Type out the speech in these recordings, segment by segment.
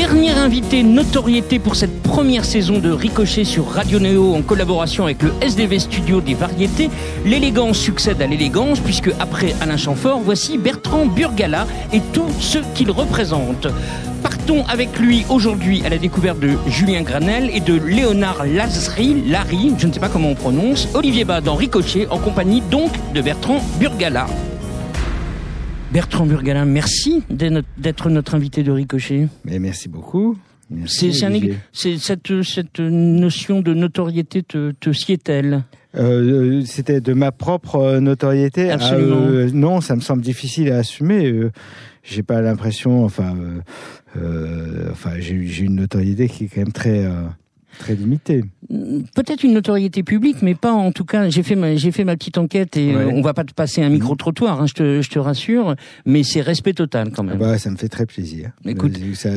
Dernier invité notoriété pour cette première saison de Ricochet sur Radio Néo en collaboration avec le SDV Studio des Variétés. L'élégance succède à l'élégance puisque après Alain Chamfort, voici Bertrand Burgalat et tout ce qu'il représente. Partons avec lui aujourd'hui à la découverte de Julien Granel et de Léonard Larry, je ne sais pas comment on prononce, Olivier Bas dans Ricochet en compagnie donc de Bertrand Burgalat. Bertrand Burgalat, merci d'être notre invité de Ricochet. Mais merci beaucoup. Merci, cette notion de notoriété te sied-elle ? C'était de ma propre notoriété. Absolument. Non, ça me semble difficile à assumer. J'ai pas l'impression. J'ai une notoriété qui est quand même très limitée. Peut-être une notoriété publique, mais pas en tout cas. J'ai fait ma petite enquête et ouais. On va pas te passer un micro-trottoir, hein, je te rassure, mais c'est respect total quand même. Ça me fait très plaisir. Écoute,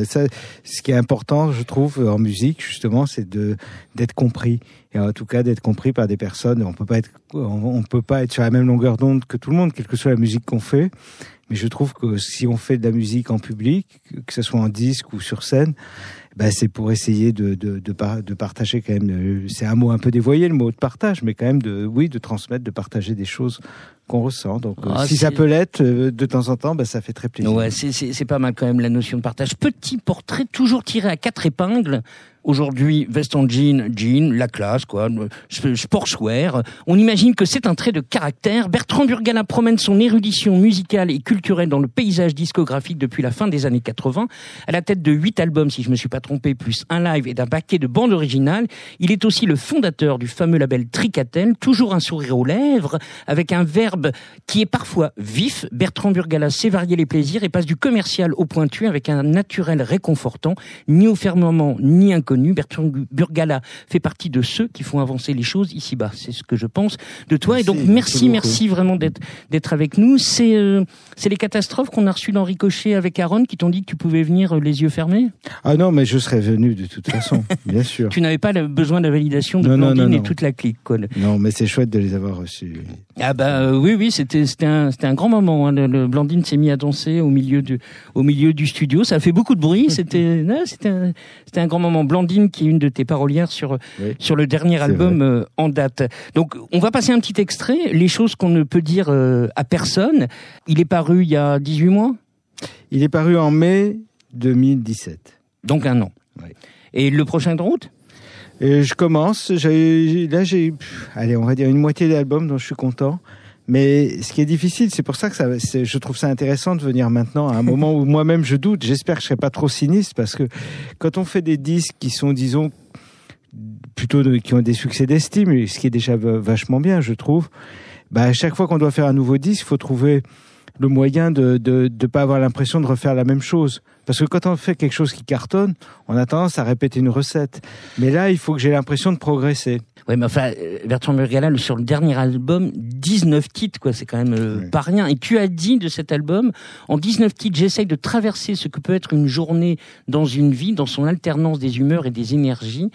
ce qui est important, je trouve, en musique, justement, c'est d'être compris. Et en tout cas, d'être compris par des personnes. On peut pas être sur la même longueur d'onde que tout le monde, quelle que soit la musique qu'on fait. Mais je trouve que si on fait de la musique en public, que ce soit en disque ou sur scène, c'est pour essayer de partager quand même. C'est un mot un peu dévoyé, le mot de partage, mais quand même de transmettre, de partager des choses qu'on ressent. Donc, si ça peut l'être de temps en temps, ça fait très plaisir. Ouais, c'est pas mal quand même la notion de partage. Petit portrait toujours tiré à 4 épingles. Aujourd'hui, veste en jean, la classe, quoi, sportswear. On imagine que c'est un trait de caractère. Bertrand Burgalat promène son érudition musicale et culturelle dans le paysage discographique depuis la fin des années 80. À la tête de 8 albums, si je me suis pas trompé, plus un live et d'un paquet de bandes originales. Il est aussi le fondateur du fameux label Tricatel, toujours un sourire aux lèvres, avec un verbe qui est parfois vif. Bertrand Burgalat sait varier les plaisirs et passe du commercial au pointu avec un naturel réconfortant, ni au fermement, ni inconnu. Bertrand Burgalat fait partie de ceux qui font avancer les choses ici-bas. C'est ce que je pense de toi. Merci, et donc, merci vraiment d'être avec nous. C'est les catastrophes qu'on a reçues dans Ricochet avec Aaron qui t'ont dit que tu pouvais venir les yeux fermés? Ah non, mais je serais venu de toute façon, bien sûr. Tu n'avais pas besoin de la validation de Blandine et toute la clique, quoi. Non, mais c'est chouette de les avoir reçus. Oui, c'était un grand moment. Hein. Le Blandine s'est mis à danser au milieu du studio. Ça a fait beaucoup de bruit. C'était un grand moment. Blandine, qui est une de tes parolières sur le dernier album en date. Donc, on va passer un petit extrait. Les choses qu'on ne peut dire à personne. Il est paru il y a 18 mois? Il est paru en mai 2017. Donc 1 an. Oui. Et le prochain de route? Je commence. J'ai, on va dire une moitié de l'album dont je suis content. Mais ce qui est difficile, c'est pour ça que je trouve ça intéressant de venir maintenant à un moment où moi-même je doute. J'espère que je serai pas trop sinistre parce que quand on fait des disques qui sont, disons, plutôt qui ont des succès d'estime, ce qui est déjà vachement bien, je trouve. À chaque fois qu'on doit faire un nouveau disque, il faut trouver le moyen de pas avoir l'impression de refaire la même chose. Parce que quand on fait quelque chose qui cartonne, on a tendance à répéter une recette. Mais là, il faut que j'ai l'impression de progresser. Oui, mais enfin, Bertrand Burgalat, sur le dernier album, 19 titres, quoi, c'est quand même pas rien. Et tu as dit de cet album, en 19 titres, j'essaye de traverser ce que peut être une journée dans une vie, dans son alternance des humeurs et des énergies.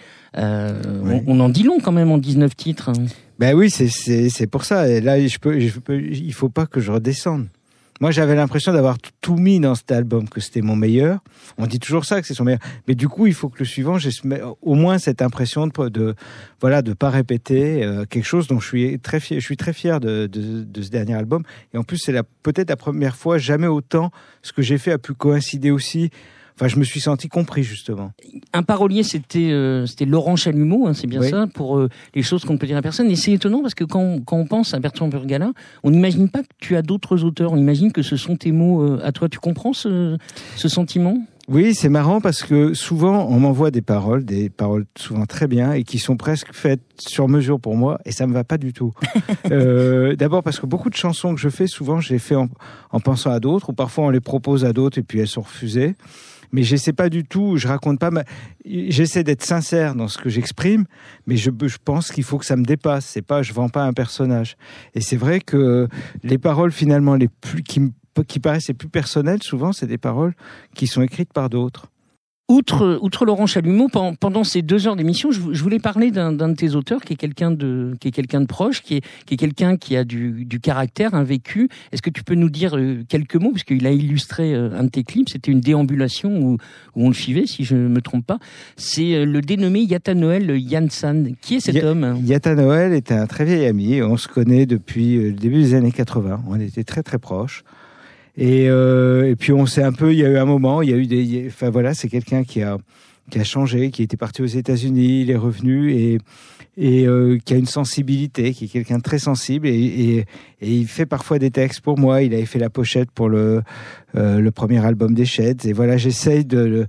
On en dit long quand même en 19 titres. Hein. Oui, c'est pour ça. Et là, il faut pas que je redescende. Moi, j'avais l'impression d'avoir tout mis dans cet album, que c'était mon meilleur. On dit toujours ça, que c'est son meilleur. Mais du coup, il faut que le suivant, j'ai au moins cette impression de pas répéter quelque chose dont je suis très fier. Je suis très fier de ce dernier album. Et en plus, c'est peut-être la première fois, jamais autant, ce que j'ai fait a pu coïncider aussi. Enfin, je me suis senti compris, justement. Un parolier, c'était Laurent Chalumeau, hein, c'est bien ça, pour les choses qu'on ne peut dire à personne. Et c'est étonnant parce que quand on pense à Bertrand Burgalat, on n'imagine pas que tu as d'autres auteurs. On imagine que ce sont tes mots à toi. Tu comprends ce sentiment ? Oui, c'est marrant parce que souvent, on m'envoie des paroles souvent très bien et qui sont presque faites sur mesure pour moi et ça me va pas du tout. D'abord parce que beaucoup de chansons que je fais, souvent, je les fais en pensant à d'autres ou parfois on les propose à d'autres et puis elles sont refusées. Mais j'essaie pas du tout, je raconte pas j'essaie d'être sincère dans ce que j'exprime, mais je pense qu'il faut que ça me dépasse. Je vends pas un personnage. Et c'est vrai que les paroles finalement qui paraissent les plus personnelles, souvent, c'est des paroles qui sont écrites par d'autres. Outre Laurent Chalumeau, pendant ces 2 heures d'émission, je voulais parler d'un de tes auteurs qui est quelqu'un de proche, qui est quelqu'un qui a du caractère, un vécu. Est-ce que tu peux nous dire quelques mots, parce qu'il a illustré un de tes clips, c'était une déambulation où on le suivait, si je me trompe pas. C'est le dénommé Yata Noël Jansan. Qui est cet homme? Yata Noël est un très vieil ami. On se connaît depuis le début des années 80. On était très très proches. Et puis on s'est un peu, il y a eu un moment, enfin voilà, c'est quelqu'un qui a changé, qui était parti aux États-Unis, il est revenu et qui a une sensibilité, qui est quelqu'un de très sensible et il fait parfois des textes pour moi. Il avait fait la pochette pour le premier album des Sheds et voilà, j'essaye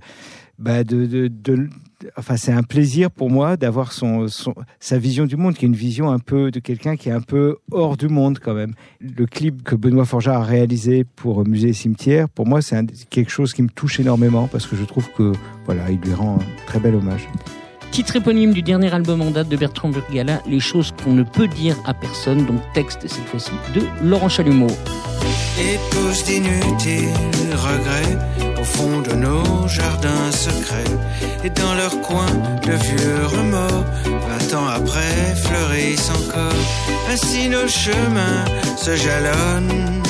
enfin, c'est un plaisir pour moi d'avoir sa vision du monde, qui est une vision un peu de quelqu'un qui est un peu hors du monde quand même. Le clip que Benoît Forgeard a réalisé pour Musée et Cimetière, pour moi, c'est quelque chose qui me touche énormément parce que je trouve que, voilà, il lui rend un très bel hommage. Titre éponyme du dernier album en date de Bertrand Burgala, Les choses qu'on ne peut dire à personne, donc texte cette fois-ci de Laurent Chalumeau. Et tous d'inutiles regrets au fond de nos jardins secrets et dans leur coin de vieux remords 20 ans après fleurissent encore. Ainsi nos chemins se jalonnent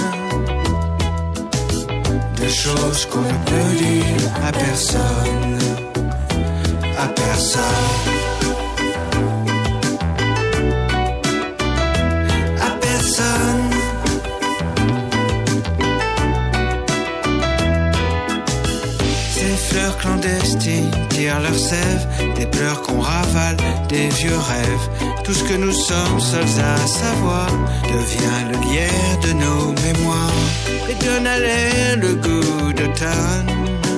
de choses qu'on ne peut dire à personne. À personne. À personne. Ces fleurs clandestines tirent leur sève, des pleurs qu'on ravale, des vieux rêves. Tout ce que nous sommes seuls à savoir devient le lierre de nos mémoires et donne à l'air le goût d'automne.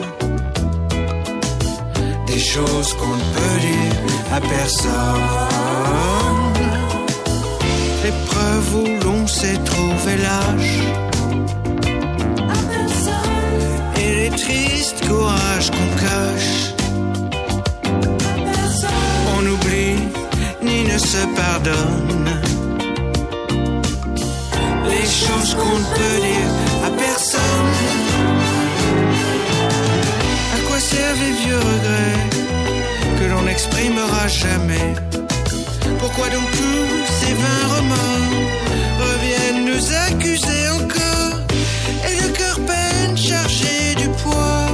Des choses qu'on ne peut dire à personne. L'épreuve où l'on s'est trouvé lâche. Et les tristes courages qu'on cache. On oublie ni ne se pardonne. Les choses qu'on ne peut dire à personne. À quoi servent les vieux regrets que l'on n'exprimera jamais? Pourquoi donc tous ces vains remords reviennent nous accuser encore? Et le cœur peine chargé du poids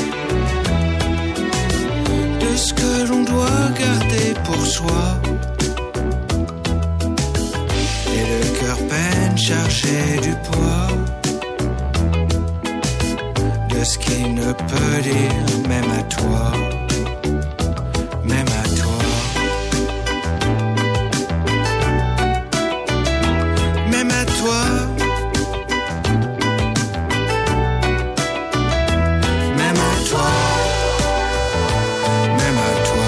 de ce que l'on doit garder pour soi. Et le cœur peine chargé du poids de ce qu'il ne peut dire même à toi, même à toi. Même à toi. Même à toi. Même à toi.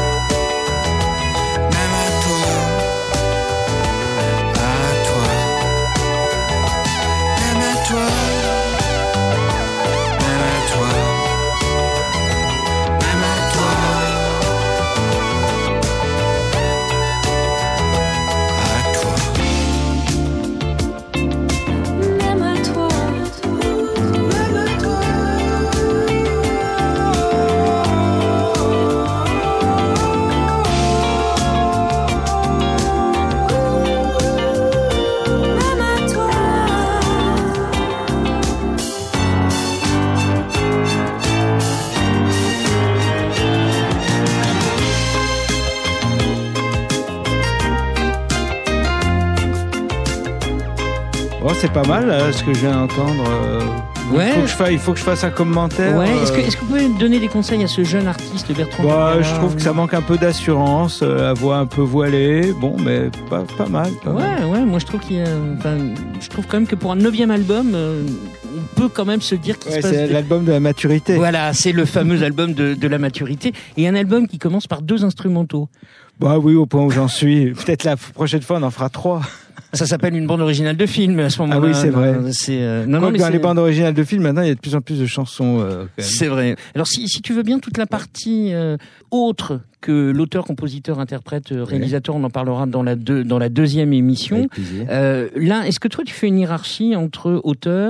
Même à toi. À toi. Même à toi. C'est pas mal ce que je viens d'entendre. Ouais. Il faut que je fasse un commentaire. Ouais. Est-ce que vous pouvez donner des conseils à ce jeune artiste Bertrand Burgala? Je trouve que ça manque un peu d'assurance, la voix un peu voilée. Bon, mais pas mal. Ouais. Moi, je trouve je trouve quand même que pour un 9e album, on peut quand même se dire qu'il se passe. C'est l'album de la maturité. Voilà, c'est le fameux album de la maturité et un album qui commence par 2 instrumentaux. Bah oui, au point où j'en suis. Peut-être la prochaine fois, on en fera 3. Ça s'appelle une bande originale de film à ce moment-là. Ah oui, c'est vrai. Dans les bandes originales de films, maintenant, il y a de plus en plus de chansons. Quand même. C'est vrai. Alors, si tu veux bien, toute la partie autre que l'auteur, compositeur, interprète, réalisateur, on en parlera dans la 2e émission. Là, est-ce que toi, tu fais une hiérarchie entre auteur,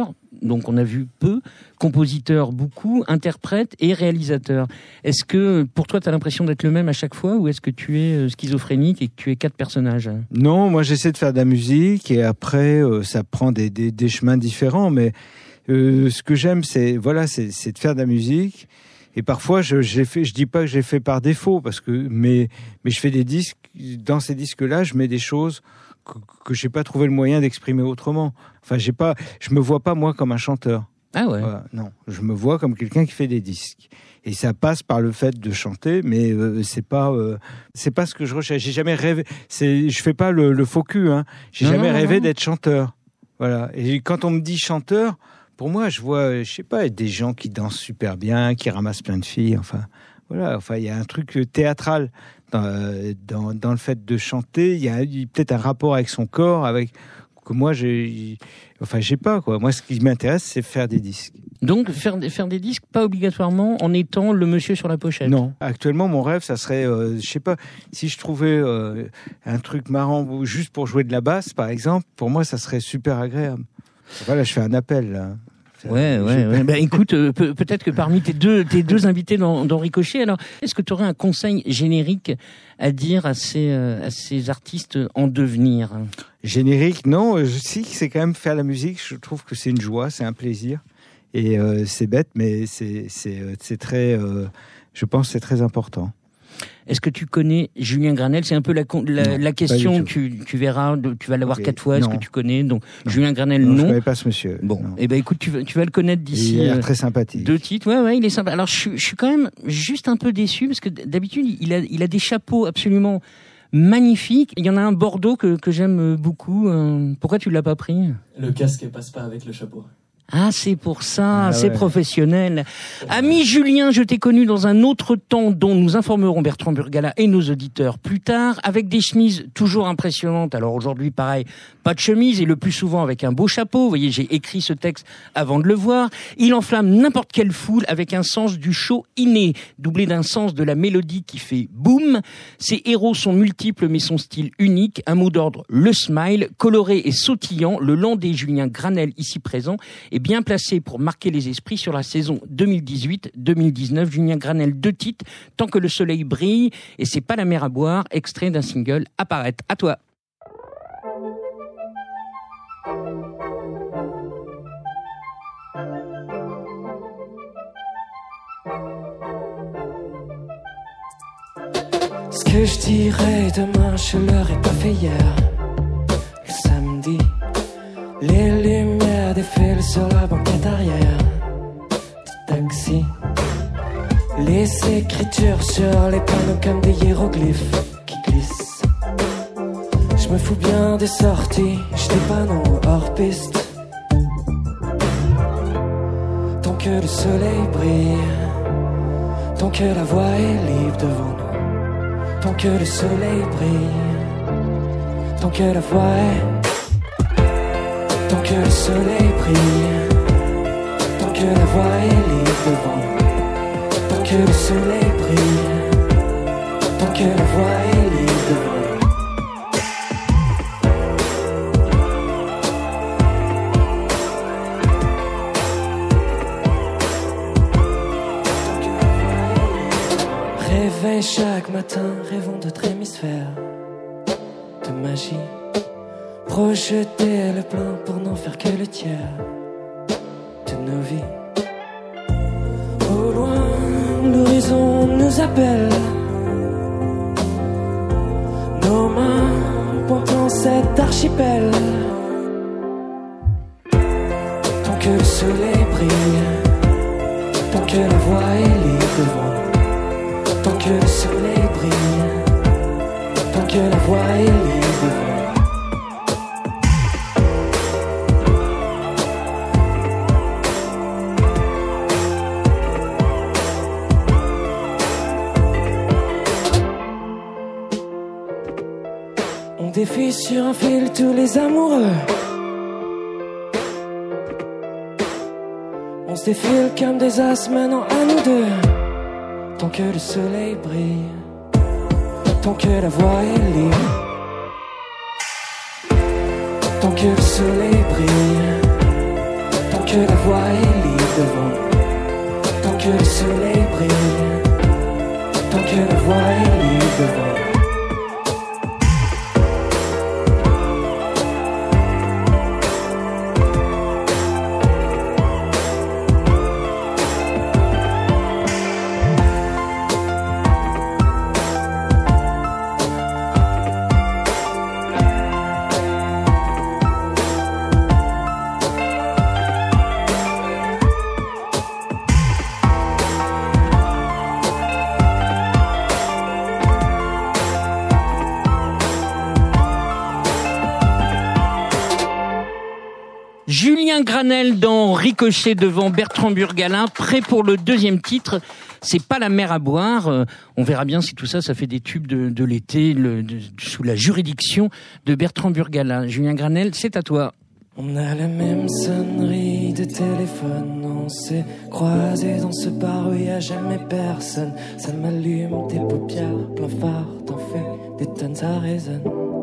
donc on a vu peu, compositeur beaucoup, interprète et réalisateur. Est-ce que pour toi tu as l'impression d'être le même à chaque fois ou est-ce que tu es schizophrénique et que tu es 4 personnages? Non, moi j'essaie de faire de la musique et après ça prend des chemins différents, mais ce que j'aime c'est de faire de la musique. Et parfois, je dis pas que je l'ai fait par défaut, mais je fais des disques. Dans ces disques-là, je mets des choses que j'ai pas trouvé le moyen d'exprimer autrement. Enfin, je me vois pas moi comme un chanteur. Ah ouais. Voilà, non, je me vois comme quelqu'un qui fait des disques. Et ça passe par le fait de chanter, mais c'est pas ce que je recherche. J'ai jamais rêvé. Je fais pas le faux cul. Hein. J'ai jamais rêvé d'être chanteur. Voilà. Et quand on me dit chanteur. Pour moi, je vois, je sais pas, des gens qui dansent super bien, qui ramassent plein de filles. Enfin, voilà. Enfin, il y a un truc théâtral dans le fait de chanter. Il y a peut-être un rapport avec son corps, que moi j'ai pas quoi. Moi, ce qui m'intéresse, c'est faire des disques. Donc faire des disques, pas obligatoirement en étant le monsieur sur la pochette. Non. Actuellement, mon rêve, ça serait, je sais pas, si je trouvais un truc marrant juste pour jouer de la basse, par exemple, pour moi, ça serait super agréable. Voilà, je fais un appel là. Ouais. Ben écoute, peut-être que parmi tes deux invités dans Ricochet, alors est-ce que tu aurais un conseil générique à dire à ces artistes en devenir? Générique, non. Si, c'est quand même faire la musique. Je trouve que c'est une joie, c'est un plaisir. Et c'est bête, mais c'est très. Je pense que c'est très important. Est-ce que tu connais Julien Granel? C'est un peu la question. Tu verras, tu vas l'avoir 4 fois. Est-ce que tu connais? Donc Julien Granel, non. Je connais pas ce monsieur. Bon, et ben écoute, tu vas le connaître d'ici. Il a l'air très sympathique. 2 titres, ouais, il est sympa. Alors je suis quand même juste un peu déçu parce que d'habitude il a des chapeaux absolument magnifiques. Il y en a un Bordeaux que j'aime beaucoup. Pourquoi tu l'as pas pris? Le casque passe pas avec le chapeau. Ah, c'est pour ça, c'est ouais. Professionnel. Ami Julien, je t'ai connu dans un autre temps dont nous informerons Bertrand Burgala et nos auditeurs plus tard, avec des chemises toujours impressionnantes. Alors aujourd'hui, pareil, pas de chemise et le plus souvent avec un beau chapeau. Vous voyez, j'ai écrit ce texte avant de le voir. Il enflamme n'importe quelle foule avec un sens du show inné, doublé d'un sens de la mélodie qui fait boum. Ses héros sont multiples mais son style unique. Un mot d'ordre, le smile, coloré et sautillant. Le landais Julien Granel, ici présent, est bien placé pour marquer les esprits sur la saison 2018-2019. Julien Granel, 2 titres, Tant que le soleil brille et C'est pas la mer à boire, extrait d'un single Apparaître. À toi. Ce que je dirais demain, je l'aurais pas fait hier. Le samedi, les lumières défilent sur la banquette arrière du taxi. Les écritures sur les panneaux comme des hiéroglyphes qui glissent. Je me fous bien des sorties, je des panneaux hors piste. Tant que le soleil brille, tant que la voie est libre devant nous. Tant que le soleil brille, tant que la voix est. Tant que le soleil brille, tant que la voix est libre devant nous. Tant que le soleil brille, tant que la voix est libre devant nous. Réveille chaque matin, rêvons d'autres hémisphères, de magie. Projeter le plein pour n'en faire que le tiers de nos vies. Au loin, l'horizon nous appelle. Nos mains pointant cet archipel. Tant que le soleil brille, tant que la voie est libre devant nous. Tant que le soleil brille, tant que la voie est libre. On défie sur un fil tous les amoureux. On se défile comme des as maintenant à nous deux. Tant que le soleil brille, tant que la voie est libre. Tant que le soleil brille, tant que que la voie est libre devant nous, tant que le soleil brille, tant que la voie est libre devant nous. Julien Granel dans Ricochet devant Bertrand Burgalin, prêt pour le deuxième titre. C'est pas la mer à boire. On verra bien si tout ça, ça fait des tubes de l'été sous la juridiction de Bertrand Burgalin. Julien Granel, c'est à toi. On a la même sonnerie de téléphone, on s'est croisés dans ce bar où y a jamais personne. Ça m'allume tes paupières, plein phare, t'en fais des tonnes, ça résonne.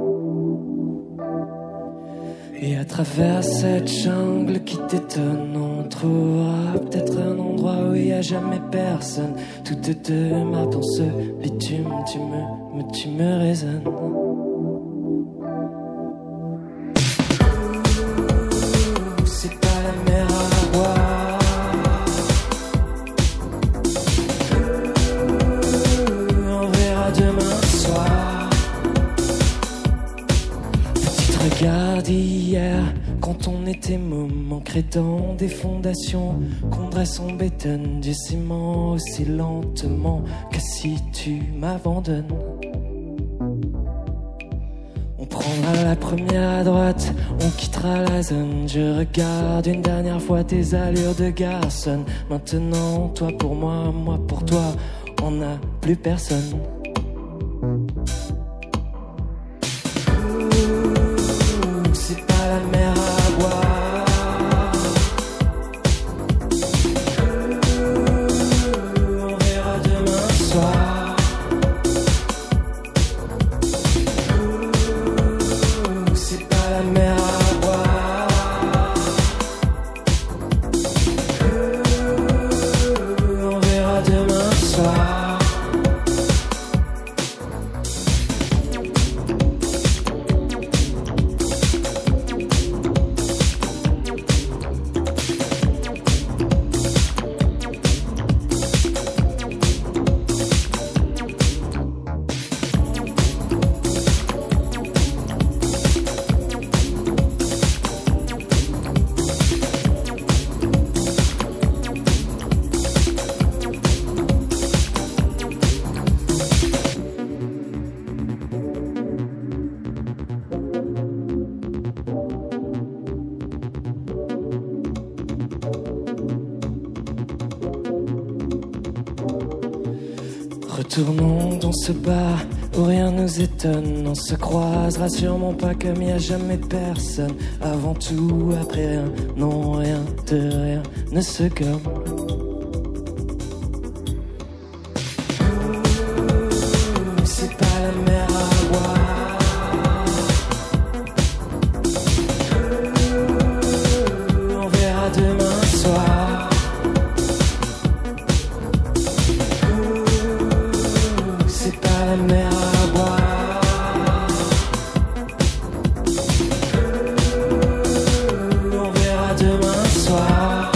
Et à travers cette jungle qui t'étonne, on trouvera peut-être un endroit où y a jamais personne. Toutes deux mains dans ce bitume, tu me résonnes. C'est pas la mer à boire. On verra demain soir. Petite regarde hier, quand on était môme, ancré dans des fondations qu'on dresse en béton, du ciment aussi lentement que si tu m'abandonnes. On prendra la première à droite, on quittera la zone. Je regarde une dernière fois tes allures de garçon. Maintenant, toi pour moi, moi pour toi, on n'a plus personne. C'est pas la mer à boire. On verra demain soir. C'est pas la mer à boire. On verra demain soir. Retournons dans ce bar où rien nous étonne. On se croisera sûrement pas comme y a jamais personne. Avant tout, après rien, non rien de rien ne se gomme. C'est pas la mer à boire. On verra demain soir. C'est pas la mer à boire. On verra demain soir.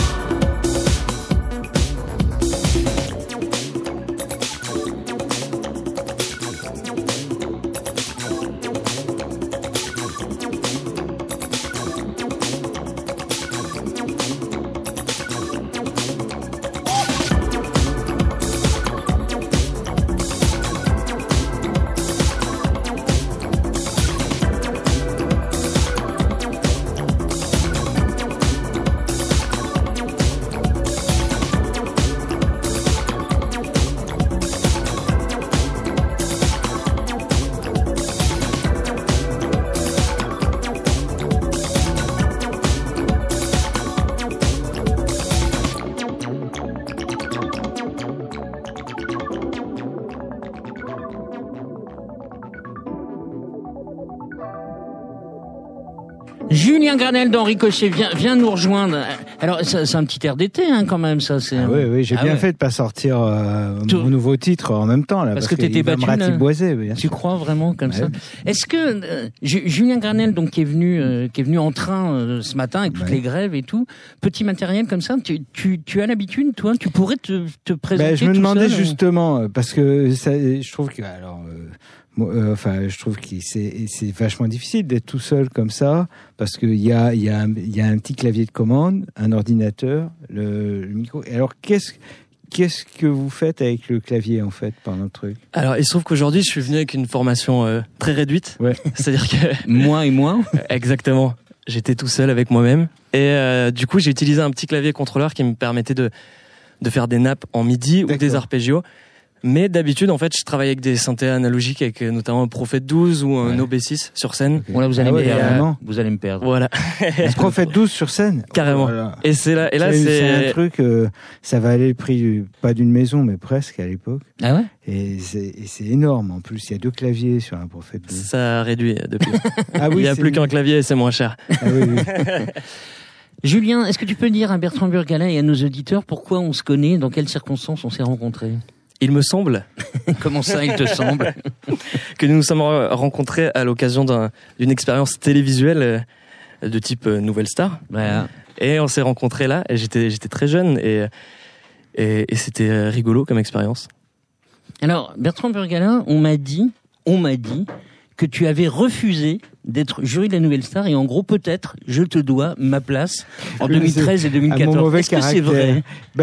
Julien Granel dans Ricochet, viens nous rejoindre. Alors, c'est un petit air d'été, hein, quand même, ça. C'est... Oui, j'ai bien fait de pas sortir mon nouveau titre en même temps, là. Parce que t'étais battu, là. Tu crois vraiment comme ça? Est-ce que Julien Granel, donc, qui est venu en train ce matin avec toutes les grèves et tout, petit matériel comme ça, tu as l'habitude, toi? Tu pourrais te présenter? Je me demandais seul, justement, parce que je trouve que, je trouve que c'est vachement difficile d'être tout seul comme ça, parce qu'il y a un petit clavier de commande, un ordinateur, le micro. Et alors, qu'est-ce que vous faites avec le clavier, en fait, pendant le truc? Alors, il se trouve qu'aujourd'hui, je suis venu avec une formation très réduite. Ouais. C'est-à-dire que... Moi et moi. Exactement. J'étais tout seul avec moi-même. Et du coup, j'ai utilisé un petit clavier contrôleur qui me permettait de faire des nappes en MIDI ou des arpégios. Mais d'habitude, en fait, je travaille avec des synthés analogiques, avec notamment un Prophet 12 ou un OB6 sur scène. Okay. Voilà, vous allez me perdre. Voilà. Un Prophet 12 sur scène. Carrément. Voilà. Et c'est un truc, ça valait le prix pas d'une maison, mais presque à l'époque. Ah ouais? Et c'est énorme. En plus, il y a 2 claviers sur un Prophet 12. Ça a réduit depuis. Ah oui, il n'y a plus qu'un clavier et c'est moins cher. Ah oui. Julien, est-ce que tu peux dire à Bertrand Burgalat et à nos auditeurs pourquoi on se connaît, dans quelles circonstances on s'est rencontrés? Il me semble. Comment ça, il te semble? Que nous nous sommes rencontrés à l'occasion d'une expérience télévisuelle de type Nouvelle Star. Voilà. Et on s'est rencontrés là, et j'étais très jeune, et c'était rigolo comme expérience. Alors, Bertrand Burgalat, on m'a dit que tu avais refusé d'être jury de la Nouvelle Star, et en gros, peut-être, je te dois ma place en 2013 et 2014. Est-ce que c'est vrai?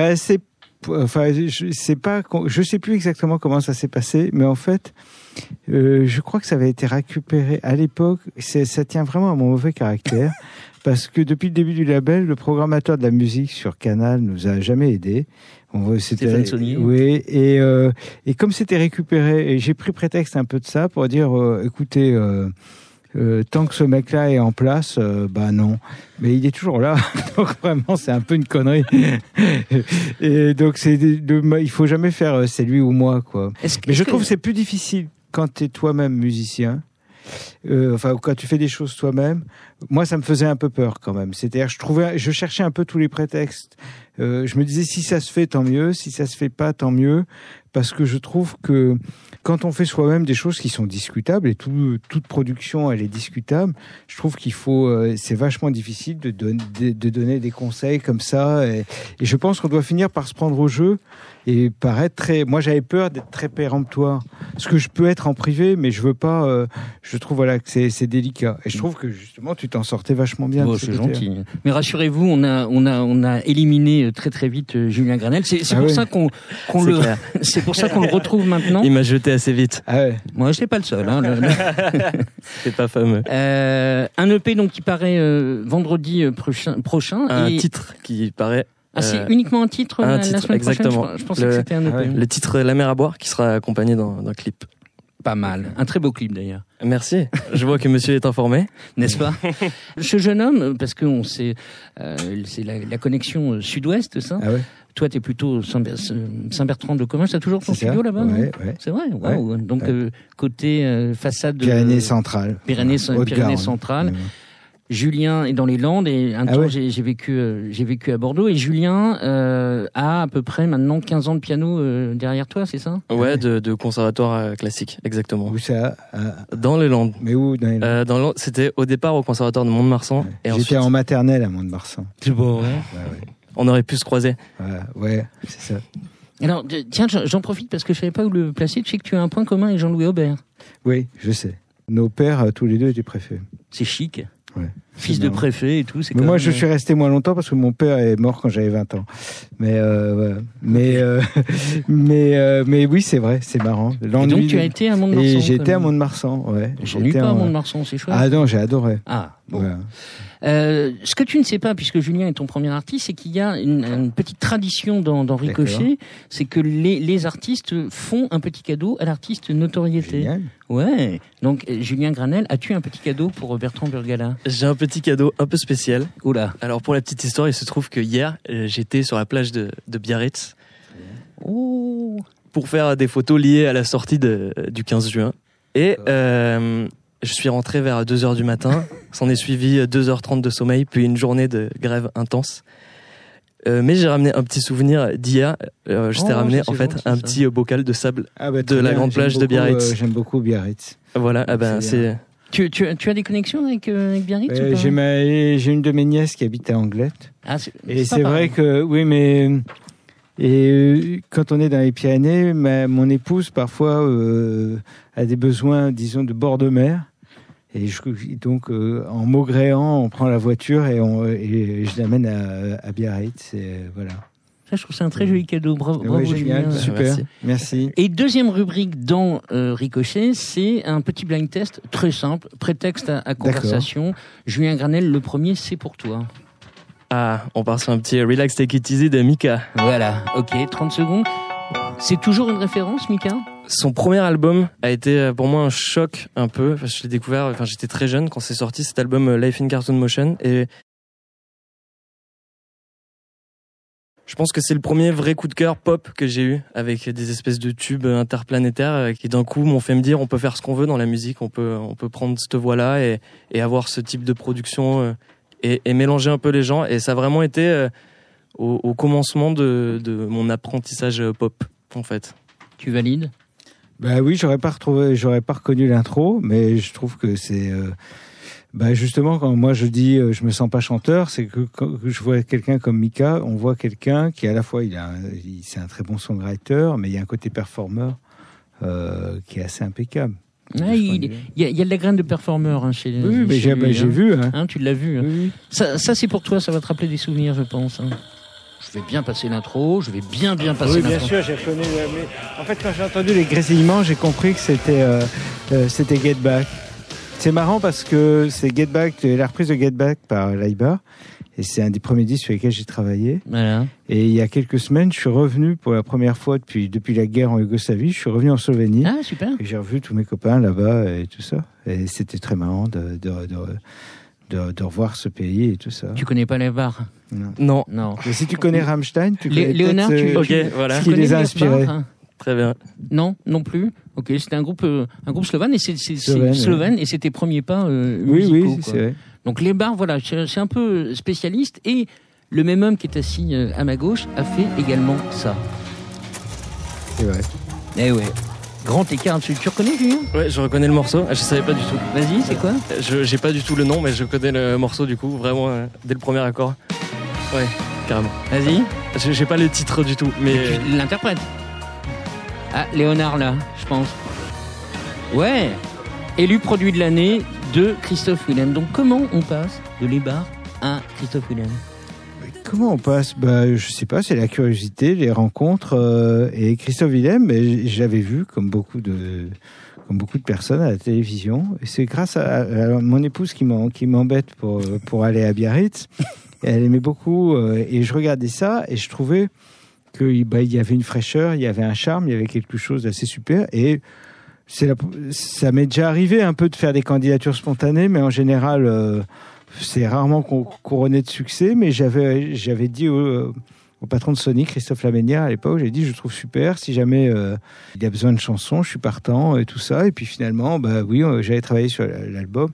Je sais plus exactement comment ça s'est passé, mais en fait, je crois que ça avait été récupéré à l'époque. Ça tient vraiment à mon mauvais caractère, parce que depuis le début du label, le programmateur de la musique sur Canal nous a jamais aidés. Stéphane Saunier. Oui, et comme c'était récupéré, et j'ai pris prétexte un peu de ça pour dire, écoutez. Tant que ce mec-là est en place, non. Mais il est toujours là, donc vraiment c'est un peu une connerie. Et donc il faut jamais faire c'est lui ou moi, quoi. Mais je trouve que c'est plus difficile quand t'es toi-même musicien. Quand tu fais des choses toi-même, moi ça me faisait un peu peur quand même. C'est-à-dire je cherchais un peu tous les prétextes. Je me disais si ça se fait tant mieux, si ça se fait pas tant mieux, parce que je trouve que quand on fait soi-même des choses qui sont discutables, et toute production elle est discutable, je trouve qu'il faut c'est vachement difficile de donner des conseils comme ça, et je pense qu'on doit finir par se prendre au jeu et par être très... Moi j'avais peur d'être très péremptoire, ce que je peux être en privé, mais je veux pas je trouve que c'est délicat, et je trouve que justement tu t'en sortais vachement bien. Bon, c'est gentil. Mais rassurez-vous, on a éliminé très très vite Julien Granel. C'est pour ça qu'on c'est pour ça qu'on le retrouve maintenant. Il m'a jeté assez vite. Ah ouais. Moi, je n'étais pas le seul. Hein, c'est pas fameux. Un EP donc qui paraît vendredi prochain. Un titre qui paraît. C'est uniquement un titre la semaine exactement. prochaine. Je pensais que c'était un EP. Le titre La mer à boire qui sera accompagné d'un clip. Pas mal. Un très beau clip d'ailleurs. Merci. Je vois que monsieur est informé. N'est-ce pas? Ce jeune homme, parce que c'est la connexion sud-ouest, ça. Ah ouais. Toi, t'es plutôt Saint-Bertrand de Comminges. T'as toujours ton studio là-bas? Ouais. C'est vrai. Waouh. Donc côté façade Pyrénées centrales. Pyrénées centrales. Ouais. Julien est dans les Landes, et un temps j'ai vécu à Bordeaux, et Julien a à peu près maintenant 15 ans de piano derrière toi, c'est ça? Ouais, de conservatoire classique, exactement. Où ça? Dans les Landes. Mais où dans les Landes? Dans les Landes, c'était au départ au conservatoire de Mont-de-Marsan. Ouais. Et j'étais ensuite... en maternelle à Mont-de-Marsan. C'est beau, ouais. On aurait pu se croiser. Ouais, c'est ça. Alors, tiens, j'en profite parce que je savais pas où le placer. Tu sais que tu as un point commun avec Jean-Louis Aubert. Oui, je sais. Nos pères, tous les deux, étaient préfets. C'est chic. Ouais. Fils de préfet et tout. Mais moi, je suis resté moins longtemps parce que mon père est mort quand j'avais 20 ans. Mais oui, c'est vrai, c'est marrant. Et donc, tu as été à Mont-de-Marsan? Et j'ai été à Mont-de-Marsan, ouais. J'ennuie pas à Mont-de-Marsan, c'est chouette. Ah non, j'ai adoré. Ah, bon. Ouais. Ce que tu ne sais pas, puisque Julien est ton premier artiste, c'est qu'il y a une petite tradition dans Ricochet, c'est que les artistes font un petit cadeau à l'artiste notoriété. Génial. Ouais. Donc, Julien Granel, as-tu un petit cadeau pour Bertrand Burgalat? J'ai un petit cadeau un peu spécial. Oula. Alors, pour la petite histoire, il se trouve que hier, j'étais sur la plage de Biarritz. Oh. Pour faire des photos liées à la sortie du 15 juin. Et je suis rentré vers 2h du matin. S'en est suivi 2h30 de sommeil, puis une journée de grève intense. Mais j'ai ramené un petit souvenir d'hier. Je t'ai ramené en fait gentil, un ça. petit bocal de sable de très la bien, grande plage de Biarritz. J'aime beaucoup Biarritz. Voilà, c'est Tu as des connexions avec Biarritz ou pas J'ai une de mes nièces qui habite à Anglette. Ah, Et pas c'est pareil. vrai que, oui, mais quand on est dans les Pyrénées, mon épouse parfois a des besoins, disons, de bord de mer. Et donc, en maugréant, on prend la voiture et je l'amène à Biarritz. Et voilà. Ça, je trouve ça un très joli cadeau. Bravo, Ouais, Julien. génial, super. Merci. Et deuxième rubrique dans Ricochet, c'est un petit blind test très simple, prétexte à conversation. Julien Granel, le premier, c'est pour toi. Ah, on part sur un petit Relax Take It Easy de Mika. Voilà, ok, 30 secondes. C'est toujours une référence, Mika ? Son premier album a été pour moi un choc un peu. Enfin, je l'ai découvert, enfin j'étais très jeune quand c'est sorti cet album Life in Cartoon Motion et je pense que c'est le premier vrai coup de cœur pop que j'ai eu avec des espèces de tubes interplanétaires qui d'un coup m'ont fait me dire on peut faire ce qu'on veut dans la musique, on peut prendre cette voie-là et avoir ce type de production et mélanger un peu les gens et ça a vraiment été au commencement de mon apprentissage pop en fait. Tu valides ? Bah oui, j'aurais pas reconnu l'intro, mais je trouve que c'est justement quand moi je dis je me sens pas chanteur, c'est que quand je vois quelqu'un comme Mika, on voit quelqu'un qui à la fois c'est un très bon songwriter, mais il y a un côté performeur qui est assez impeccable. Ah, il y a de la graine de performeur chez lui. Oui, mais j'ai vu. Hein. Tu l'as vu. Oui. Ça c'est pour toi, ça va te rappeler des souvenirs, je pense. Je vais bien passer l'intro, je vais bien passer l'intro. Oui, bien sûr, j'ai reconnu. Mais en fait, quand j'ai entendu les grésillements, j'ai compris que c'était Get Back. C'est marrant parce que c'est Get Back, la reprise de Get Back par Laïba. Et c'est un des premiers disques sur lesquels j'ai travaillé. Voilà. Et il y a quelques semaines, je suis revenu pour la première fois depuis la guerre en Yougoslavie. Je suis revenu en Slovénie. Ah, super. Et j'ai revu tous mes copains là-bas et tout ça. Et c'était très marrant de revoir ce pays et tout ça. Tu connais pas les bars ? Non. Mais si tu connais Rammstein, tu connais Léonard, Ok, voilà. ce qui les a inspirés. Très bien. Non plus. Ok, c'était un groupe slovène et c'est Slovène, slovène et c'est tes premiers pas musicaux. Oui, quoi. c'est vrai. Donc les bars, voilà, c'est un peu spécialiste et le même homme qui est assis à ma gauche a fait également ça. C'est vrai. Eh ouais. Grand écart. Tu reconnais, Julien ? Ouais, je reconnais le morceau. Je savais pas du tout. Vas-y, c'est quoi ? J'ai pas du tout le nom, mais je connais le morceau du coup, vraiment dès le premier accord. Ouais, carrément. Vas-y. J'ai pas le titre du tout, mais Tu l'interprètes. Ah, Léonard là, je pense. Ouais. Élu produit de l'année de Christophe Willem. Donc comment on passe de Les Bars à Christophe Willem ? Comment on passe ? Je sais pas, c'est la curiosité, les rencontres. Et Christophe Willem, j'avais vu comme beaucoup de personnes à la télévision. Et c'est grâce à mon épouse qui m'embête pour aller à Biarritz. Et elle aimait beaucoup. Et je regardais ça et je trouvais qu'il y avait une fraîcheur, il y avait un charme, il y avait quelque chose d'assez super. Et ça m'est déjà arrivé un peu de faire des candidatures spontanées, mais en général... c'est rarement couronné de succès, mais j'avais dit au patron de Sony, Christophe Laménière, à l'époque, j'ai dit, je trouve super, si jamais il y a besoin de chansons, je suis partant, et tout ça. Et puis finalement, oui, j'allais travailler sur l'album,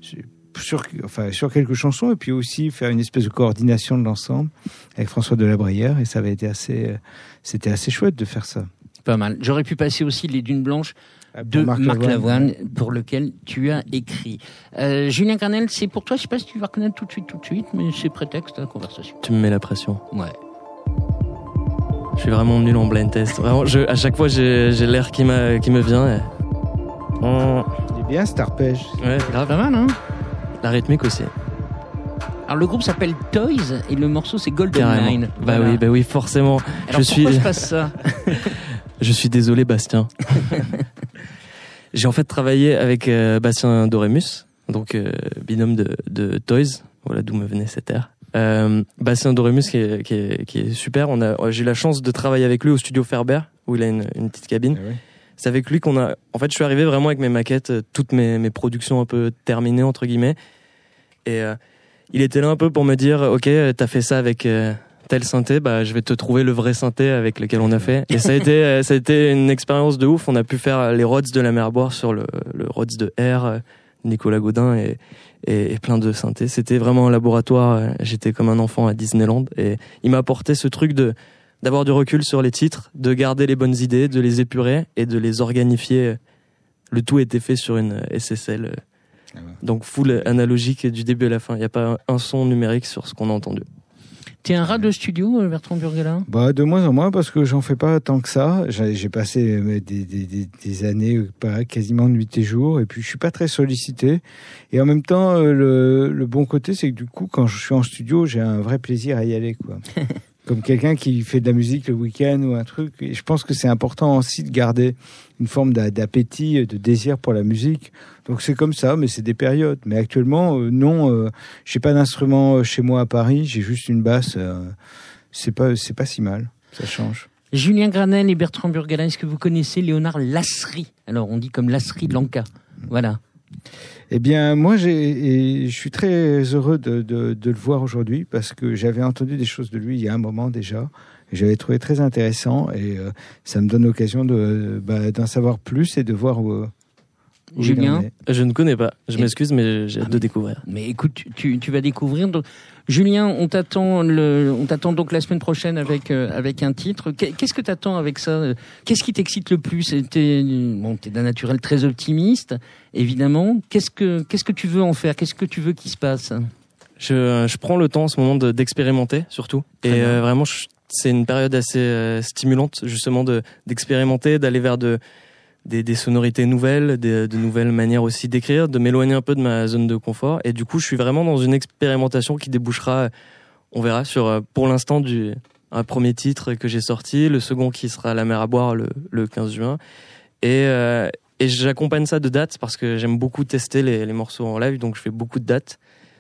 sur quelques chansons, et puis aussi faire une espèce de coordination de l'ensemble avec François Delabrière, et ça avait été c'était assez chouette de faire ça. Pas mal. J'aurais pu passer aussi Les Dunes Blanches de Marc Lavoine, pour lequel tu as écrit. Julien Granel, c'est pour toi, je sais pas si tu vas reconnaître tout de suite, mais c'est prétexte à la conversation. Tu me mets la pression. Ouais. Je suis vraiment nul en blind test. Vraiment, à chaque fois, j'ai l'air qui me vient. Il est bien cet arpège. Ouais, grave. Pas mal, hein ? La rythmique aussi. Alors le groupe s'appelle Toys et le morceau c'est Golden Line. Voilà. Bah oui, forcément. Alors pourquoi je passe ça ? Je suis désolé, Bastien. J'ai en fait travaillé avec Bastien Dorémus, donc binôme de Toys. Voilà d'où me venait cette air. Bastien Dorémus qui est super. J'ai eu la chance de travailler avec lui au studio Ferber où il a une petite cabine. Ah oui. C'est avec lui qu'on a. En fait, je suis arrivé vraiment avec mes maquettes, toutes mes productions un peu terminées entre guillemets. Et il était là un peu pour me dire, ok, t'as fait ça avec tel synthé, je vais te trouver le vrai synthé avec lequel on a fait. Et ça a été une expérience de ouf. On a pu faire les Rhodes de la mer Boire sur le Rhodes de R, Nicolas Gaudin, et et plein de synthés. C'était vraiment un laboratoire. J'étais comme un enfant à Disneyland et il m'a apporté ce truc d'avoir du recul sur les titres, de garder les bonnes idées, de les épurer et de les organifier. Le tout était fait sur une SSL, donc full analogique du début à la fin. Il n'y a pas un son numérique sur ce qu'on a entendu. T'es un rat de studio, Bertrand Burgalat ? De moins en moins, parce que j'en fais pas tant que ça. J'ai passé des années, quasiment nuit et jour, et puis je suis pas très sollicité. Et en même temps, le bon côté, c'est que du coup, quand je suis en studio, j'ai un vrai plaisir à y aller, quoi. Comme quelqu'un qui fait de la musique le week-end ou un truc. Et je pense que c'est important aussi de garder une forme d'appétit, de désir pour la musique. Donc c'est comme ça, mais c'est des périodes. Mais actuellement, non, j'ai pas d'instrument chez moi à Paris. J'ai juste une basse. C'est pas si mal. Ça change. Julien Granel et Bertrand Burgalat, est-ce que vous connaissez Léonard Lasry ? Alors on dit comme la Sri Lanka. Voilà. Eh bien, moi, je suis très heureux de le voir aujourd'hui parce que j'avais entendu des choses de lui il y a un moment déjà. Et j'avais trouvé très intéressant et ça me donne l'occasion d'en savoir plus et de voir où Julien, je ne connais pas. Je m'excuse, mais j'ai hâte de découvrir. Mais écoute, tu vas découvrir. Donc, Julien, on t'attend donc la semaine prochaine avec un titre. Qu'est-ce que t'attends avec ça ? Qu'est-ce qui t'excite le plus ? T'es d'un naturel très optimiste, évidemment. Qu'est-ce que tu veux en faire ? Qu'est-ce que tu veux qu'il se passe ? Je prends le temps en ce moment d'expérimenter surtout. Et vraiment, c'est une période assez stimulante justement d'expérimenter, d'aller vers des sonorités nouvelles, de nouvelles manières aussi d'écrire, de m'éloigner un peu de ma zone de confort. Et du coup, je suis vraiment dans une expérimentation qui débouchera, on verra, sur pour l'instant un premier titre que j'ai sorti, le second qui sera La mer à boire le 15 juin. Et j'accompagne ça de dates parce que j'aime beaucoup tester les morceaux en live, donc je fais beaucoup de dates.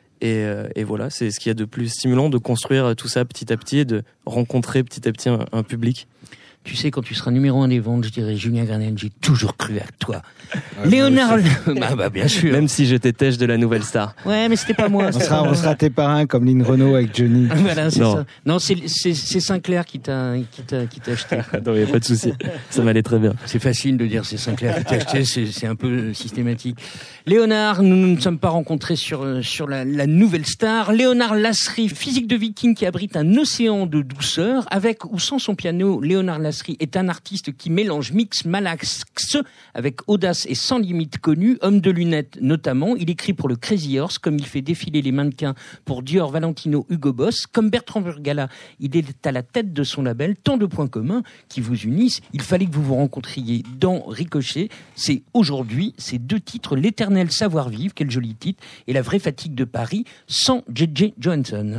Et voilà, c'est ce qu'il y a de plus stimulant de construire tout ça petit à petit et de rencontrer petit à petit un public. Tu sais, quand tu seras numéro 1 des ventes, je dirais Julien Granel, j'ai toujours cru à toi. Léonard, bien sûr. Même si j'étais têche de la Nouvelle Star. Ouais, mais c'était pas moi. On sera tes parrains comme Lynn Renaud avec Johnny. Voilà, c'est ça. Non, c'est Sinclair qui t'a acheté. Non, il n'y a pas de souci. Ça m'allait très bien. C'est facile de dire c'est Sinclair qui t'a acheté, c'est un peu systématique. Léonard, nous ne sommes pas rencontrés sur la Nouvelle Star. Léonard Lasry, physique de viking qui abrite un océan de douceur. Avec ou sans son piano, Léonard Lasry est un artiste qui mélange mix malaxe avec audace et sans limite connu, homme de lunettes notamment. Il écrit pour le Crazy Horse, comme il fait défiler les mannequins pour Dior, Valentino, Hugo Boss. Comme Bertrand Burgalat, il est à la tête de son label. Tant de points communs qui vous unissent. Il fallait que vous vous rencontriez dans Ricochet. C'est aujourd'hui, ces deux titres, L'éternel savoir-vivre, quel joli titre, et La vraie fatigue de Paris, sans J.J. Johansson.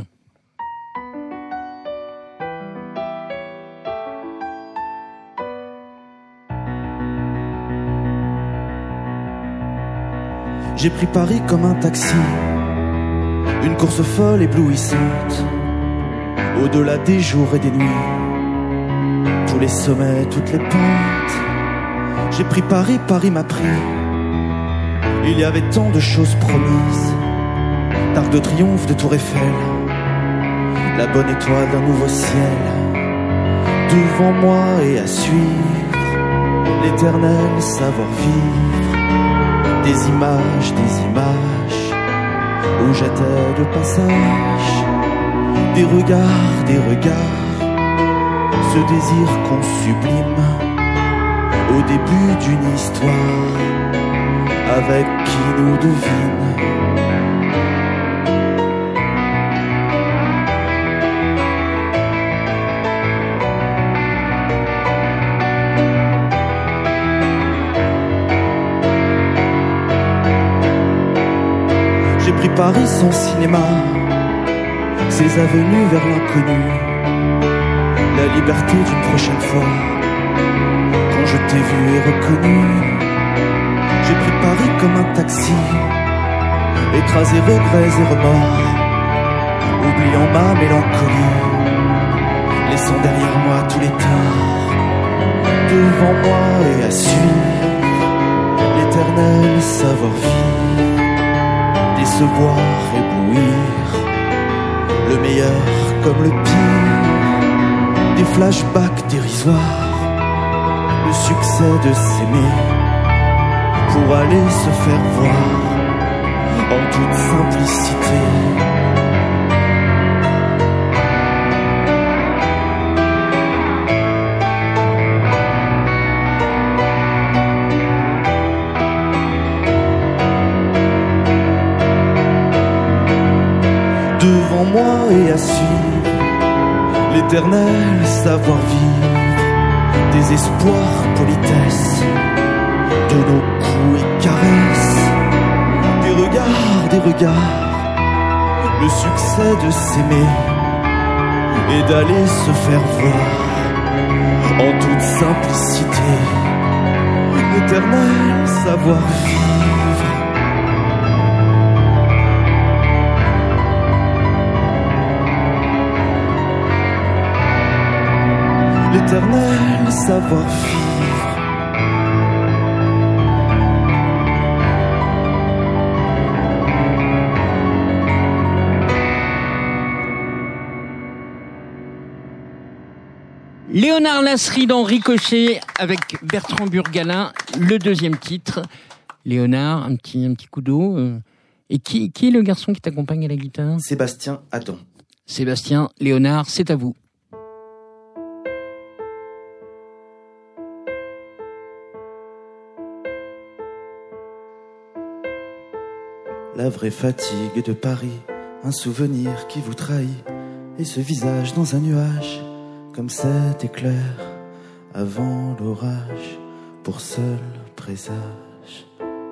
J'ai pris Paris comme un taxi, une course folle éblouissante, au-delà des jours et des nuits, tous les sommets, toutes les pentes. J'ai pris Paris, Paris m'a pris. Il y avait tant de choses promises, d'Arc de Triomphe, de Tour Eiffel, la bonne étoile d'un nouveau ciel, devant moi et à suivre, l'éternel savoir-vivre. Des images, où j'étais de passage, des regards, ce désir qu'on sublime, au début d'une histoire, avec qui nous devine. J'ai pris Paris sans cinéma, ses avenues vers l'inconnu, la liberté d'une prochaine fois, quand je t'ai vu et reconnu. J'ai pris Paris comme un taxi, écrasé regrets et remords, oubliant ma mélancolie, laissant derrière moi tous les torts, devant moi et à suivre, l'éternel savoir-vivre. Décevoir, éblouir, le meilleur comme le pire, des flashbacks dérisoires, le succès de s'aimer, pour aller se faire voir, en toute simplicité. Devant moi et à suivre l'éternel savoir-vivre, des espoirs, politesse, de nos coups et caresses, des regards, le succès de s'aimer et d'aller se faire voir en toute simplicité, l'éternel savoir-vivre. L'éternel savoir-vivre. Léonard Lasry dans Ricochet avec Bertrand Burgalin, le deuxième titre. Léonard, un petit coup d'eau. Et qui est le garçon qui t'accompagne à la guitare ? Sébastien Adam. Sébastien, Léonard, c'est à vous. La vraie fatigue de Paris, un souvenir qui vous trahit, et ce visage dans un nuage, comme cet éclair avant l'orage, pour seul présage.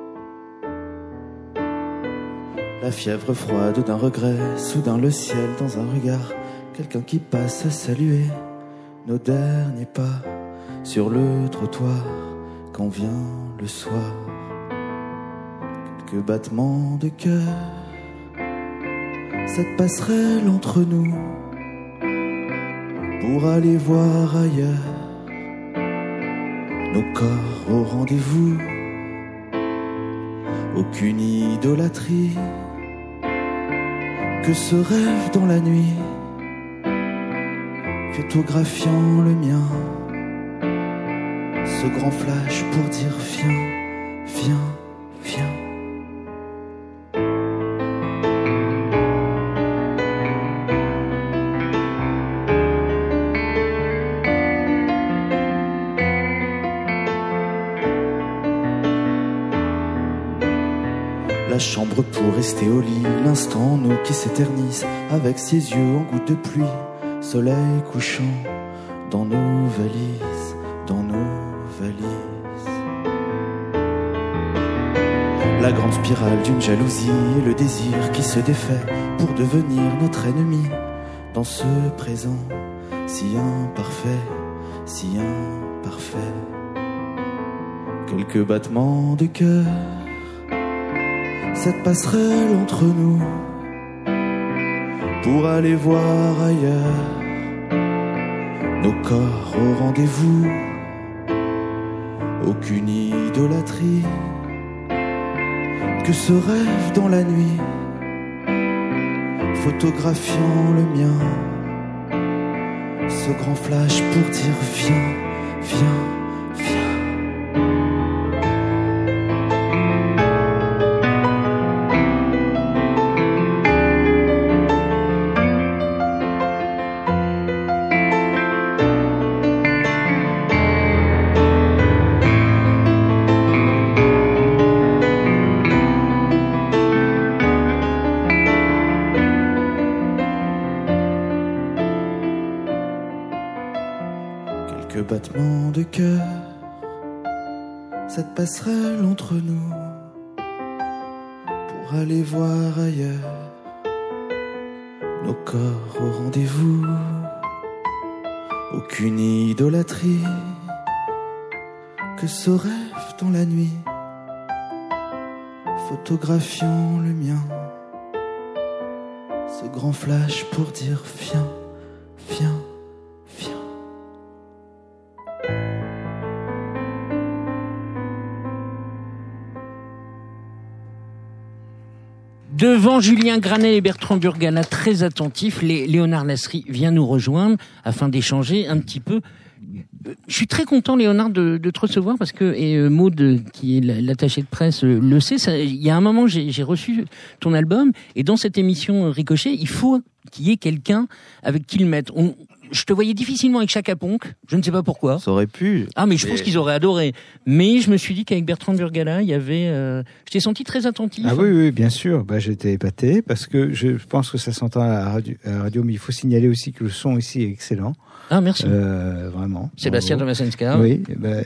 La fièvre froide d'un regret, soudain le ciel dans un regard, quelqu'un qui passe à saluer nos derniers pas sur le trottoir quand vient le soir. Quelques battements de cœur, cette passerelle entre nous pour aller voir ailleurs, nos corps au rendez-vous, aucune idolâtrie, que ce rêve dans la nuit, photographiant le mien, ce grand flash pour dire viens, viens, viens. La chambre pour rester au lit, l'instant en nous qui s'éternise, avec ses yeux en gouttes de pluie, soleil couchant dans nos valises, dans nos valises. La grande spirale d'une jalousie et le désir qui se défait pour devenir notre ennemi dans ce présent si imparfait, si imparfait. Quelques battements de cœur, cette passerelle entre nous pour aller voir ailleurs, nos corps au rendez-vous, aucune idolâtrie, que ce rêve dans la nuit, photographiant le mien, ce grand flash pour dire viens, viens, viens. Battement de cœur, cette passerelle entre nous pour aller voir ailleurs, nos corps au rendez-vous, aucune idolâtrie, que ce rêve dans la nuit, photographiant le mien, ce grand flash pour dire viens, viens. Devant Julien Granet et Bertrand Burgalin, très attentifs, Léonard Lasry vient nous rejoindre afin d'échanger un petit peu. Je suis très content, Léonard, de te recevoir parce que Maud, qui est l'attachée de presse, le sait. Il y a un moment, j'ai reçu ton album et dans cette émission Ricochet, il faut qu'il y ait quelqu'un avec qui le mettre. Je te voyais difficilement avec Chaka Ponk, je ne sais pas pourquoi. Ça aurait pu. Ah, mais je pense qu'ils auraient adoré. Mais je me suis dit qu'avec Bertrand Burgala, il y avait... je t'ai senti très attentif. Ah oui, bien sûr. J'étais épaté parce que je pense que ça s'entend à la radio, mais il faut signaler aussi que le son ici est excellent. Ah, merci. Vraiment. Sébastien Tomasenska. Oui.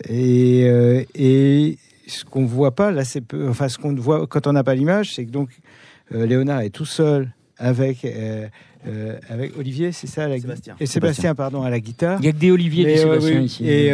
Et ce qu'on ne voit pas, là, c'est peu... Enfin, ce qu'on voit quand on n'a pas l'image, c'est que donc Léonard est tout seul avec Olivier, c'est ça, Sébastien, pardon, à la guitare. Il y a que des Olivier et des Sébastien ici. Et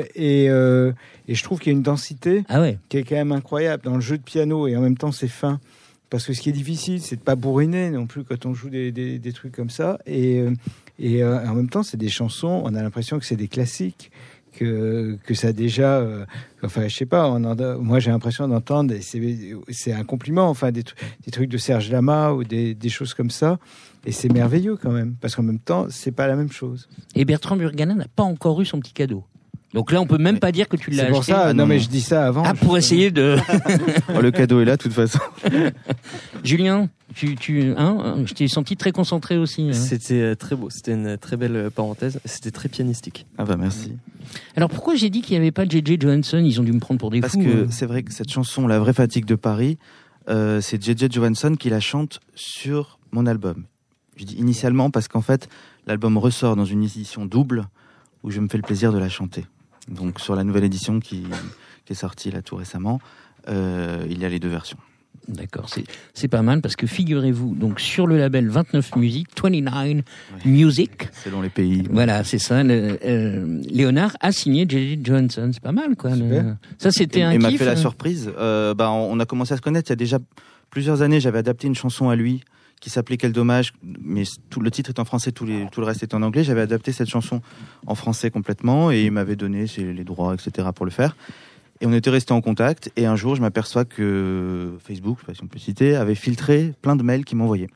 je trouve qu'il y a une densité qui est quand même incroyable dans le jeu de piano et en même temps c'est fin. Parce que ce qui est difficile, c'est de pas bourriner non plus quand on joue des trucs comme ça. Et en même temps, c'est des chansons, on a l'impression que c'est des classiques. Que ça a déjà, enfin je sais pas, moi j'ai l'impression d'entendre, c'est un compliment, enfin des trucs de Serge Lama ou des choses comme ça, et c'est merveilleux quand même, parce qu'en même temps c'est pas la même chose. Et Bertrand Burgala n'a pas encore eu son petit cadeau. Donc là, on peut même pas dire que tu l'as acheté. C'est pour ça. Non, mais je dis ça avant. Ah, pour essayer de. Le cadeau est là, de toute façon. Julien, je t'ai senti très concentré aussi. Hein. C'était très beau. C'était une très belle parenthèse. C'était très pianistique. Ah bah merci. Alors pourquoi j'ai dit qu'il n'y avait pas J.J. Johansson ? Ils ont dû me prendre pour des fous. Parce que c'est vrai que cette chanson, La vraie fatigue de Paris, c'est J.J. Johansson qui la chante sur mon album. Je dis initialement parce qu'en fait, l'album ressort dans une édition double où je me fais le plaisir de la chanter. Donc sur la nouvelle édition qui est sortie là tout récemment, il y a les deux versions. D'accord, c'est pas mal parce que figurez-vous, donc sur le label 29 Music, 29 Music, selon les pays. Voilà, c'est ça. Léonard a signé J.J. Johansson, c'est pas mal quoi. Ça c'était un kiff. Et m'a fait la surprise. On a commencé à se connaître il y a déjà plusieurs années. J'avais adapté une chanson à lui qui s'appelait Quel dommage, mais tout le titre est en français, tout le reste est en anglais. J'avais adapté cette chanson en français complètement et il m'avait donné les droits, etc. pour le faire. Et on était restés en contact et un jour je m'aperçois que Facebook, je sais pas si on peut citer, avait filtré plein de mails qu'il m'envoyait.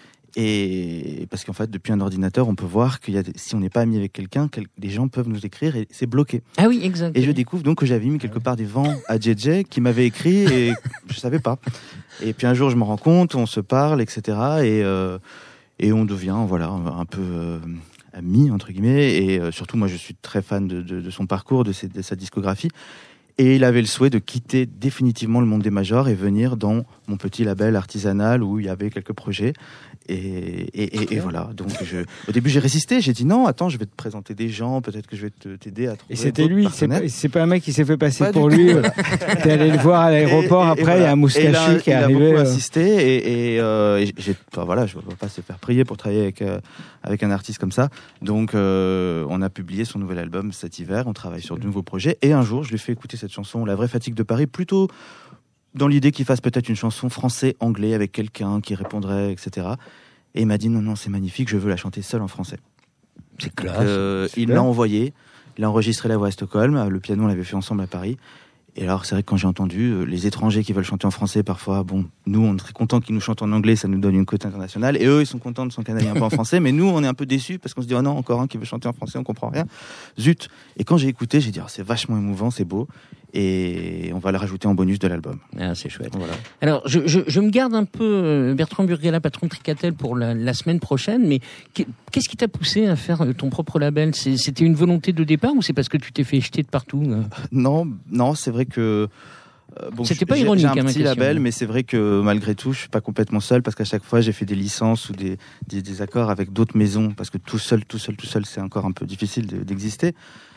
Et parce qu'en fait, depuis un ordinateur, on peut voir qu'il y a si on n'est pas ami avec quelqu'un, les gens peuvent nous écrire et c'est bloqué. Ah oui, exact. Et je découvre donc que j'avais mis quelque part des vents à JJ qui m'avait écrit et je savais pas. Et puis un jour, je me rends compte, on se parle, etc. Et on devient, voilà, un peu amis entre guillemets. Et surtout, moi, je suis très fan de son parcours, de sa discographie. Et il avait le souhait de quitter définitivement le monde des majors et venir dans mon petit label artisanal où il y avait quelques projets. Et voilà. Donc au début j'ai résisté. J'ai dit non, attends, je vais te présenter des gens. Peut-être que je vais t'aider à trouver. Et c'était lui. C'est pas un mec qui s'est fait passer pas pour lui. T'es allé le voir à l'aéroport après. Il y a un moustachu qui est arrivé. Il a beaucoup insisté et voilà, je ne vais pas se faire prier pour travailler avec un artiste comme ça. Donc on a publié son nouvel album cet hiver. On travaille sur de nouveaux projets. Et un jour, je lui ai fait écouter cette chanson, La vraie fatigue de Paris, plutôt dans l'idée qu'il fasse peut-être une chanson français-anglais avec quelqu'un qui répondrait, etc. Et il m'a dit non, c'est magnifique, je veux la chanter seule en français. C'est classe. Il l'a envoyé, il a enregistré la voix à Stockholm, le piano on l'avait fait ensemble à Paris. Et alors c'est vrai que quand j'ai entendu les étrangers qui veulent chanter en français, parfois, nous on est très contents qu'ils nous chantent en anglais, ça nous donne une cote internationale. Et eux ils sont contents de s'encanailler un peu en français, mais nous on est un peu déçus parce qu'on se dit oh non, encore un qui veut chanter en français, on comprend rien. Zut. Et quand j'ai écouté, j'ai dit c'est vachement émouvant, c'est beau. Et on va le rajouter en bonus de l'album. Ah, c'est chouette. Voilà. Alors, je me garde un peu Bertrand Burgala, patron de Tricatel, pour la semaine prochaine, mais qu'est-ce qui t'a poussé à faire ton propre label ? C'était une volonté de départ ou c'est parce que tu t'es fait jeter de partout ? Non, c'est vrai que... C'était pas ironique, j'ai un petit label, mais c'est vrai que malgré tout, je suis pas complètement seul parce qu'à chaque fois, j'ai fait des licences ou des accords avec d'autres maisons parce que tout seul, c'est encore un peu difficile d'exister.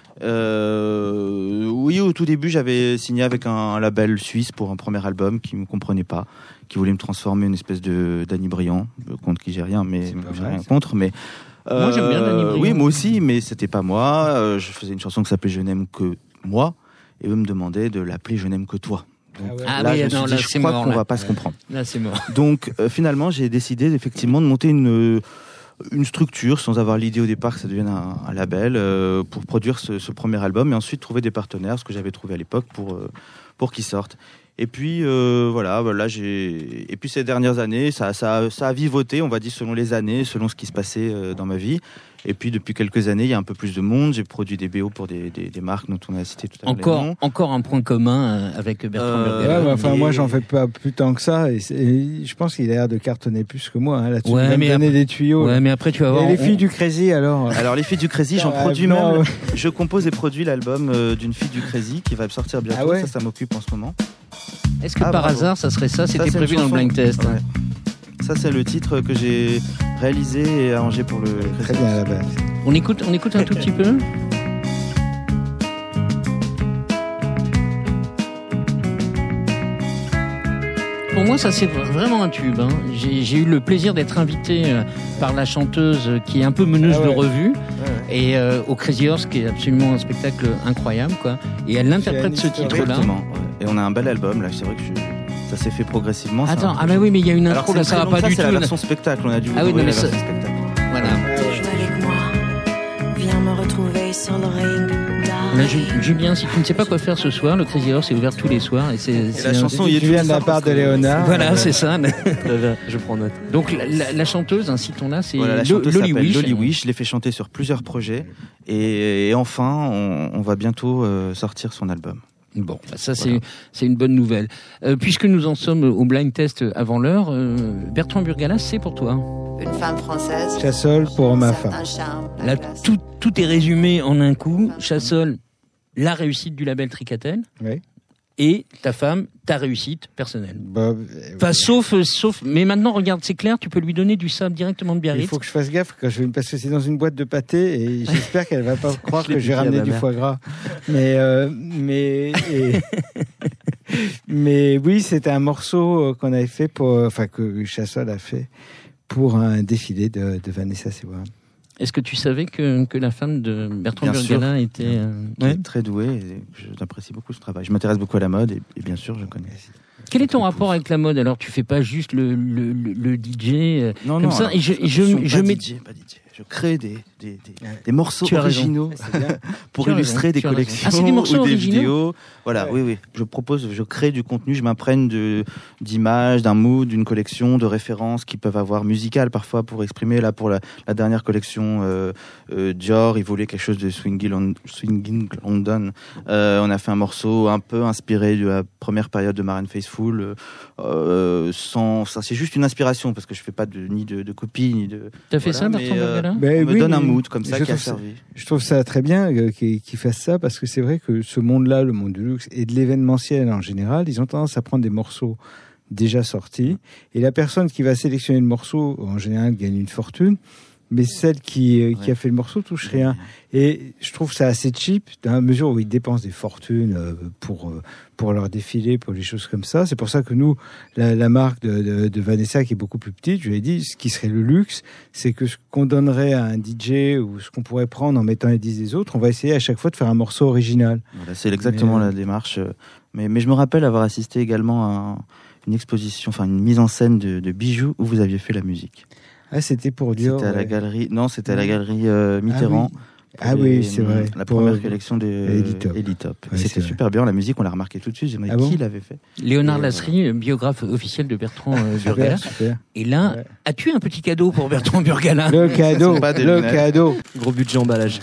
Oui, au tout début, j'avais signé avec un label suisse pour un premier album qui me comprenait pas, qui voulait me transformer en une espèce de Danny Briand, contre qui j'ai rien, mais j'ai rien contre. Mais moi, j'aime bien Danny Briand. Oui, moi aussi, mais c'était pas moi. Je faisais une chanson qui s'appelait Je n'aime que moi, et eux me demandaient de l'appeler Je n'aime que toi. Donc, là, je me suis dit, je crois qu'on va pas se comprendre. Là, c'est mort. Donc, finalement, j'ai décidé effectivement de monter une structure sans avoir l'idée au départ que ça devienne un label pour produire ce premier album et ensuite trouver des partenaires, ce que j'avais trouvé à l'époque pour qu'ils sortent. Et puis voilà, là et puis ces dernières années, ça a vivoté, on va dire selon les années, selon ce qui se passait dans ma vie. Et puis depuis quelques années, il y a un peu plus de monde. J'ai produit des BO pour des marques dont on a cité tout à l'heure. Encore un point commun avec Bertrand Burgalat. Ouais, enfin, moi, j'en fais pas plus tant que ça. Et je pense qu'il a l'air de cartonner plus que moi. Hein, là-dessus, il va me donner des tuyaux. Ouais, mais après, tu vas voir. Et les filles du Crazy, alors. Alors, les filles du Crazy, j'en produis même. Je compose et produis l'album d'une fille du Crazy qui va sortir bientôt. Ah ouais. Ça m'occupe en ce moment. Est-ce que par hasard, ça serait ça? C'était prévu dans le blind test. Ouais. Ça, c'est le titre que j'ai réalisé et arrangé pour le Crazy. Très bien à la base. On écoute un tout petit peu. Pour moi, ça c'est vraiment un tube. Hein. J'ai eu le plaisir d'être invité par la chanteuse qui est un peu meneuse de revue et au Crazy Horse, qui est absolument un spectacle incroyable, quoi. Et elle interprète ce titre-là. Exactement. Et on a un bel album là. C'est vrai que ça s'est fait progressivement. Attends, mais oui, mais il y a une intro là, ça va pas du tout. C'est la version spectacle. On a dû. Ah oui, non mais ça. Voilà. Joue avec moi, viens me retrouver sur le ring. Là, Julien, si tu ne sais pas quoi faire ce soir, le Crazy Horse est ouvert tous les soirs et c'est la chanson qui vient de la part de Léonard. Voilà, c'est ça. Je prends note. Donc la chanteuse, citons-là, c'est Loli Wish. Je l'ai fait chanter sur plusieurs projets et enfin, on va bientôt sortir son album. Bon, ça c'est une bonne nouvelle. Puisque nous en sommes au blind test avant l'heure, Bertrand Burgalat, c'est pour toi. Une femme française. Chassol pour ma femme. Là, tout est résumé en un coup. Chassol, la réussite du label Tricatel. Oui. Et ta femme, ta réussite personnelle. Enfin, sauf, mais maintenant, regarde, c'est clair, tu peux lui donner du sable directement de Biarritz. Il faut que je fasse gaffe parce que c'est dans une boîte de pâté et j'espère qu'elle va pas croire que j'ai ramené du foie gras. Mais oui, c'était un morceau qu'on avait fait que Chassol a fait pour un défilé de Vanessa Seward. Est-ce que tu savais que la femme de Bertrand Burgalat était très douée et j'apprécie beaucoup ce travail. Je m'intéresse beaucoup à la mode et bien sûr, je connais. Quel est ton rapport avec la mode? Alors, tu fais pas juste le DJ non, ça. Alors, je mets pas DJ. Je crée des morceaux originaux pour illustrer des collections des morceaux ou des originaux vidéos. Voilà, oui. Je crée du contenu, je m'imprègne d'images, d'un mood, d'une collection, de références qui peuvent avoir musicales parfois pour exprimer. Là, pour la dernière collection Dior, il voulait quelque chose de swinging London. On a fait un morceau un peu inspiré de la première période de Maren Faithfull. C'est juste une inspiration parce que je fais pas ni de copie ni de. T'as fait ça, Bertrand Burgalat? On me donne un mood comme ça qui a servi. Je trouve ça très bien qu'ils fassent ça parce que c'est vrai que ce monde-là, le monde du luxe et de l'événementiel en général, ils ont tendance à prendre des morceaux déjà sortis et la personne qui va sélectionner le morceau, en général, gagne une fortune. Mais celle qui a fait le morceau touche rien. Et je trouve ça assez cheap, dans la mesure où ils dépensent des fortunes pour leur défilé, pour les choses comme ça. C'est pour ça que nous, la marque de Vanessa, qui est beaucoup plus petite, je lui ai dit, ce qui serait le luxe, c'est que ce qu'on donnerait à un DJ ou ce qu'on pourrait prendre en mettant les disques des autres, on va essayer à chaque fois de faire un morceau original. Voilà, c'est exactement la démarche. Mais je me rappelle avoir assisté également à une exposition, enfin une mise en scène de bijoux où vous aviez fait la musique. Ah, c'était pour Dior. C'était à la galerie. Non, c'était à la galerie Mitterrand. Ah oui, c'est vrai. La première collection de Elitop. Ouais, c'était super bien. La musique, on l'a remarqué tout de suite. J'ai demandé qui l'avait fait. Léonard Lasserie, biographe officiel de Bertrand Burgalat. Super. Et là, as-tu un petit cadeau pour Bertrand Burgalat? Le cadeau. Gros budget emballage.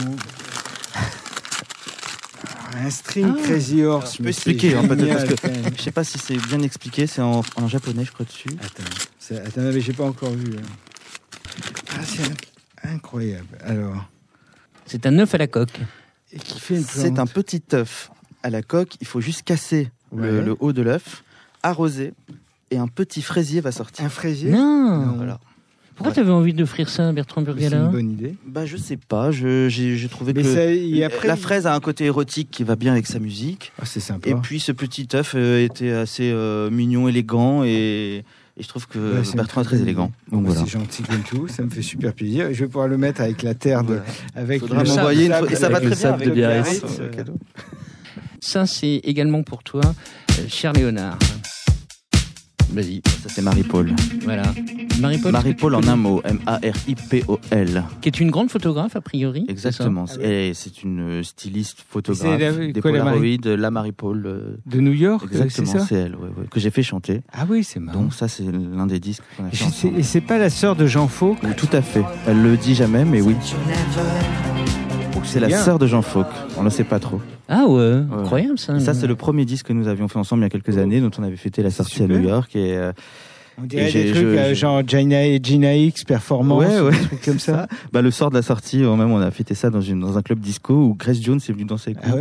Un string Crazy Horse. Je peux expliquer peut-être parce que je sais pas si c'est bien expliqué. C'est en japonais, je crois, dessus. Attends, mais j'ai pas encore vu. C'est incroyable. Alors, c'est un œuf à la coque. Et qui fait une plante. C'est un petit œuf à la coque. Il faut juste casser le haut de l'œuf, arroser, et un petit fraisier va sortir. Un fraisier? Non. Voilà. Pourquoi tu avais envie d'offrir ça à Bertrand Burgalat? C'est une bonne idée. Je sais pas. J'ai trouvé que la fraise a un côté érotique qui va bien avec sa musique. Ah, c'est sympa. Et puis ce petit œuf était assez mignon, élégant et je trouve que Bertrand est très élégant. Donc voilà. C'est gentil comme tout, ça me fait super plaisir. Je vais pouvoir le mettre avec la terre avec le m'envoyer et ça va très bien avec de Biarritz. Ça, c'est également pour toi, cher Léonard. Vas-y. Ça, c'est Marie-Paul. Voilà. Marie-Paul en un mot, Maripol. Qui est une grande photographe, a priori. Exactement. C'est une styliste photographe des quoi, Polaroid, la Marie-Paul. De New York. Exactement, c'est elle, ouais, que j'ai fait chanter. Ah oui, c'est marrant. Donc ça, c'est l'un des disques qu'on a fait ensemble. Et c'est pas la sœur de Jean Fauque? Tout à fait. Elle le dit jamais, mais oui. C'est la sœur de Jean Fauque. On ne le sait pas trop. Ah ouais, incroyable ça. Et ça, c'est le premier disque que nous avions fait ensemble il y a quelques années, dont on avait fêté la sortie à New York. Et, on dirait des trucs genre Gina X, Performance, des trucs comme ça. Le sort de la sortie, même on a fêté ça dans un club disco où Grace Jones est venue danser avec nous.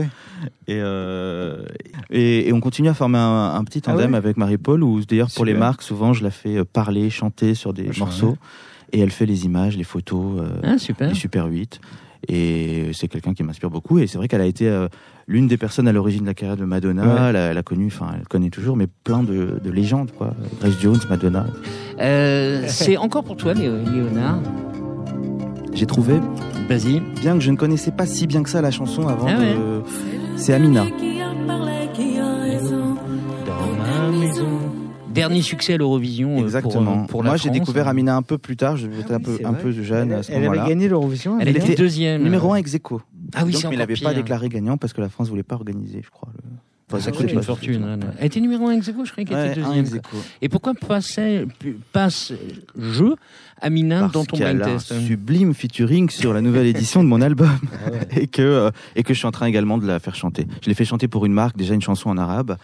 Et on continue à former un petit tandem avec Marie-Paul, où d'ailleurs pour les marques, souvent je la fais parler, chanter sur des morceaux. Et elle fait les images, les photos, les Super 8. Et c'est quelqu'un qui m'inspire beaucoup. Et c'est vrai qu'elle a été l'une des personnes à l'origine de la carrière de Madonna. Elle a connu, elle connaît toujours, mais plein de légendes, quoi. Grace Jones, Madonna. C'est encore pour toi, Léonard. J'ai trouvé, vas-y, bien que je ne connaissais pas si bien que ça la chanson avant c'est Amina. Dans ma maison. Dernier succès à l'Eurovision. Exactement. Pour la Moi, France. j'ai découvert Amina un peu plus tard. J'étais un peu jeune à ce moment-là. Elle avait gagné l'Eurovision. Elle était deuxième. Numéro 1 ex-aequo. Ah oui, donc, c'est mais il n'avait pas déclaré gagnant parce que la France voulait pas organiser, je crois. Ça coûte une fortune. Elle était numéro 1 ex-aequo, je croyais qu'elle était deuxième. Et pourquoi passe-je Amina dans ton blind test? Un sublime featuring sur la nouvelle édition de mon album et que je suis en train également de la faire chanter. Je l'ai fait chanter pour une marque, déjà une chanson en arabe.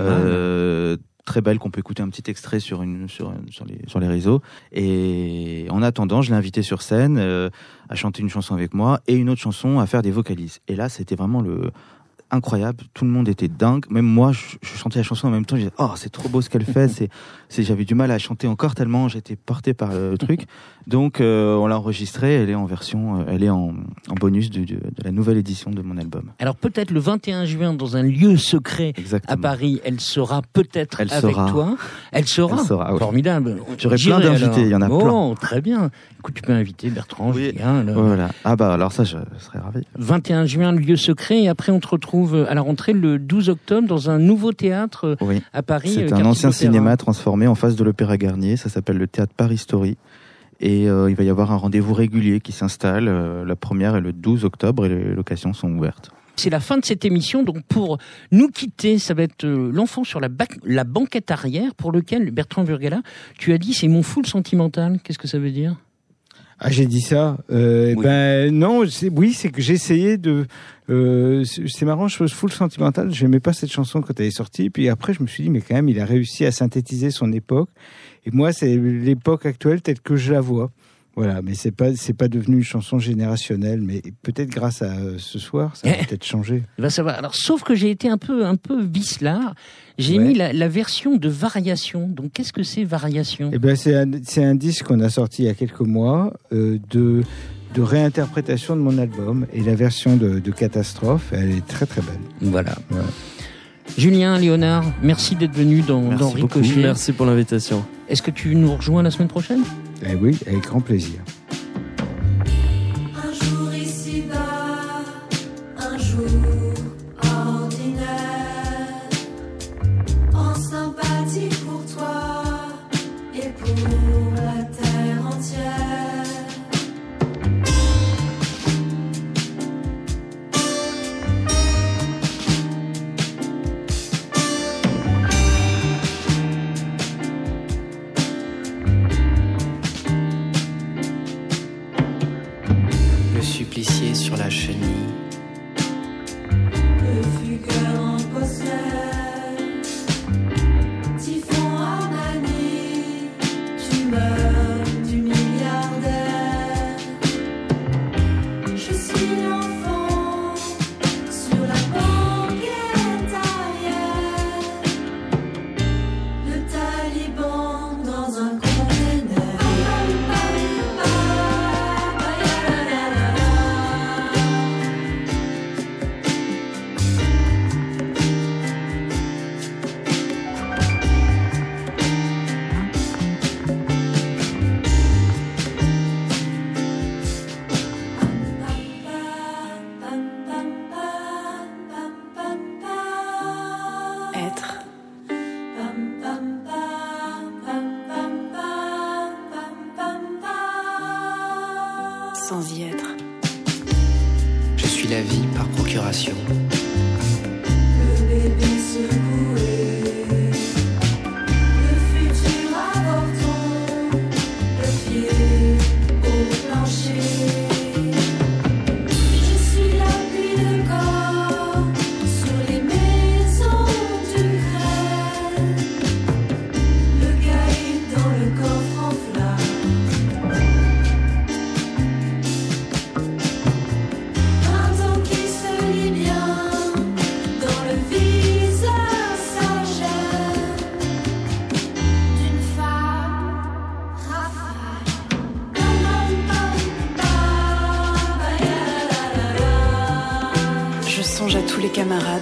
Très belle, qu'on peut écouter un petit extrait sur les réseaux. Et en attendant, je l'ai invité sur scène à chanter une chanson avec moi et une autre chanson à faire des vocalises. Et là, c'était vraiment incroyable, tout le monde était dingue, même moi je chantais la chanson en même temps, je disais c'est trop beau ce qu'elle fait, j'avais du mal à chanter encore tellement j'étais porté par le truc. Donc on l'a enregistrée, elle est en version, elle est en bonus de la nouvelle édition de mon album. Alors peut-être le 21 juin dans un lieu secret à Paris, elle sera peut-être avec toi. Elle sera formidable. J'aurais plein d'invités, il y en a plein. Très bien. Écoute, tu peux inviter Bertrand, Julien. Voilà. Alors ça, je serais ravi. 21 juin, lieu secret, et après on te retrouve à la rentrée le 12 octobre dans un nouveau théâtre à Paris. C'est un ancien cinéma transformé en face de l'Opéra Garnier, ça s'appelle le théâtre Paris Story. Et il va y avoir un rendez-vous régulier qui s'installe. La première est le 12 octobre et les locations sont ouvertes. C'est la fin de cette émission, donc pour nous quitter, ça va être l'enfant sur la banquette arrière, pour lequel, Bertrand Burgala, tu as dit c'est mon full sentimental. Qu'est-ce que ça veut dire ? Ah, j'ai dit ça. Non, c'est que j'ai essayé de. C'est marrant, je full sentimental. J'aimais pas cette chanson quand elle est sortie. Puis après, je me suis dit, mais quand même, il a réussi à synthétiser son époque. Et moi, c'est l'époque actuelle telle que je la vois. Voilà, mais c'est pas devenu une chanson générationnelle, mais peut-être grâce à ce soir, ça va peut-être changer. Va savoir. Alors, sauf que j'ai été un peu vicelard. J'ai mis la version de Variation. Donc, qu'est-ce que c'est Variation ? Eh ben, c'est un disque qu'on a sorti il y a quelques mois de réinterprétation de mon album, et la version de Catastrophe, elle est très très belle. Voilà. Julien, Léonard, merci d'être venu dans Ricochet. Merci pour l'invitation. Est-ce que tu nous rejoins la semaine prochaine ? Eh oui, avec grand plaisir. Un jour ici-bas, un jour ordinaire, en sympathie pour toi et pour la terre entière. sans y être. Je suis la vie par procuration. Le bébé secoué, le futur avorton, le pied au plancher. Je suis la pluie de corps sur les maisons du grès. Le cahier dans le coffre en flamme. Un temps qui se lit bien dans le visage sagesse d'une femme rafale. Je songe à tous les camarades.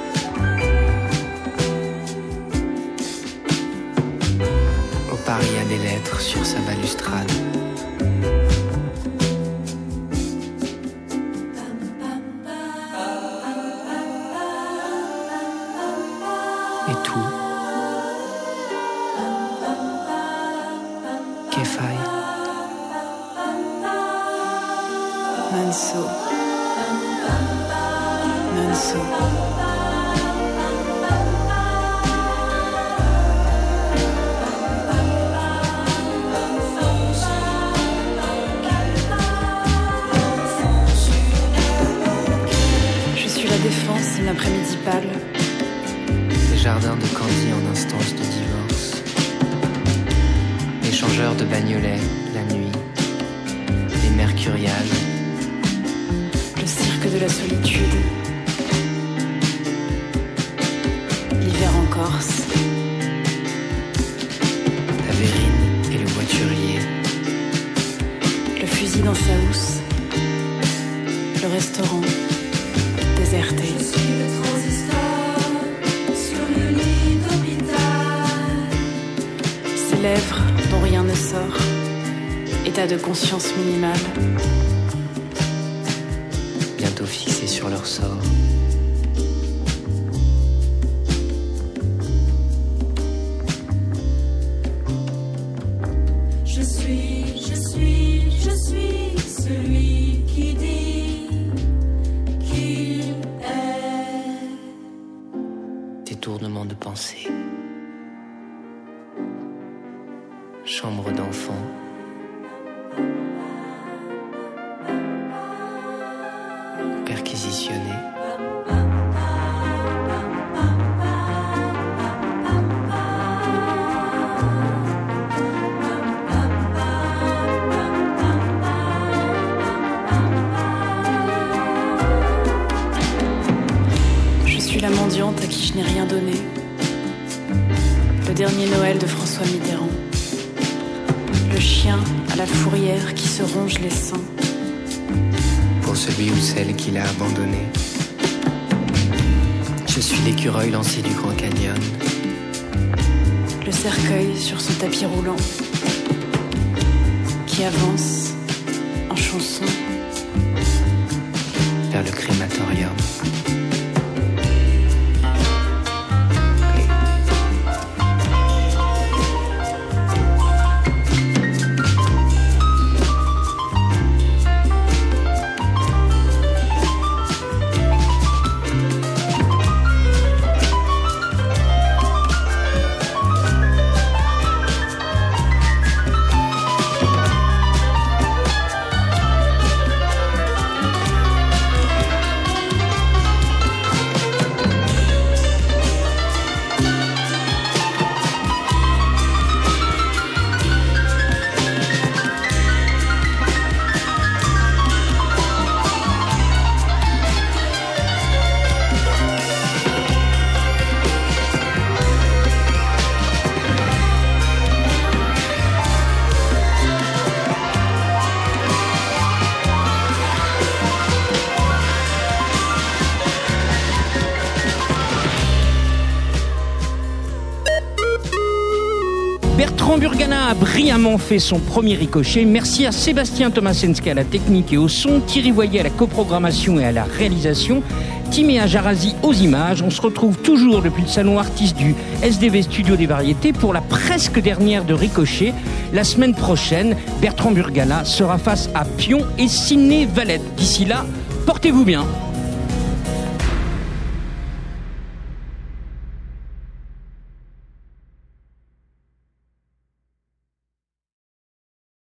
Au paria des lettres sur sa balustrade. Et tout. Qu'effaille. Manso. Manso. Je suis la défense d'une après-midi pâle. Des jardins de Candy en instance de divorce. Échangeurs de bagnolets la nuit. Les mercuriales. Le cirque de la solitude. L'hiver en Corse. La verrine et le voiturier. Le fusil dans sa housse. Le restaurant. Déserté. Je suis le transistor sur le lit d'hôpital. Ses lèvres dont rien ne sort. État de conscience minimal. Bientôt fixés sur leur sort. Je suis celui qui dit qu'il est. Détournement de pensée. Chambre d'enfant. Perquisitionné. Je suis la mendiante à qui je n'ai rien donné. Le dernier Noël de François Mitterrand. Le chien à la fourrière qui se ronge les seins. Pour celui ou celle qui l'a abandonné. Je suis l'écureuil lancé du Grand Canyon. Le cercueil sur son tapis roulant. Qui avance en chanson. Vers le crématorium. Bertrand Burgana a brillamment fait son premier ricochet. Merci à Sébastien Tomasensky à la technique et au son, Thierry Voyer à la coprogrammation et à la réalisation. Timéa Jarazi aux images. On se retrouve toujours depuis le salon artiste du SDV Studio des Variétés pour la presque dernière de Ricochet. La semaine prochaine, Bertrand Burgala sera face à Pion et Sidney Valette. D'ici là, portez-vous bien.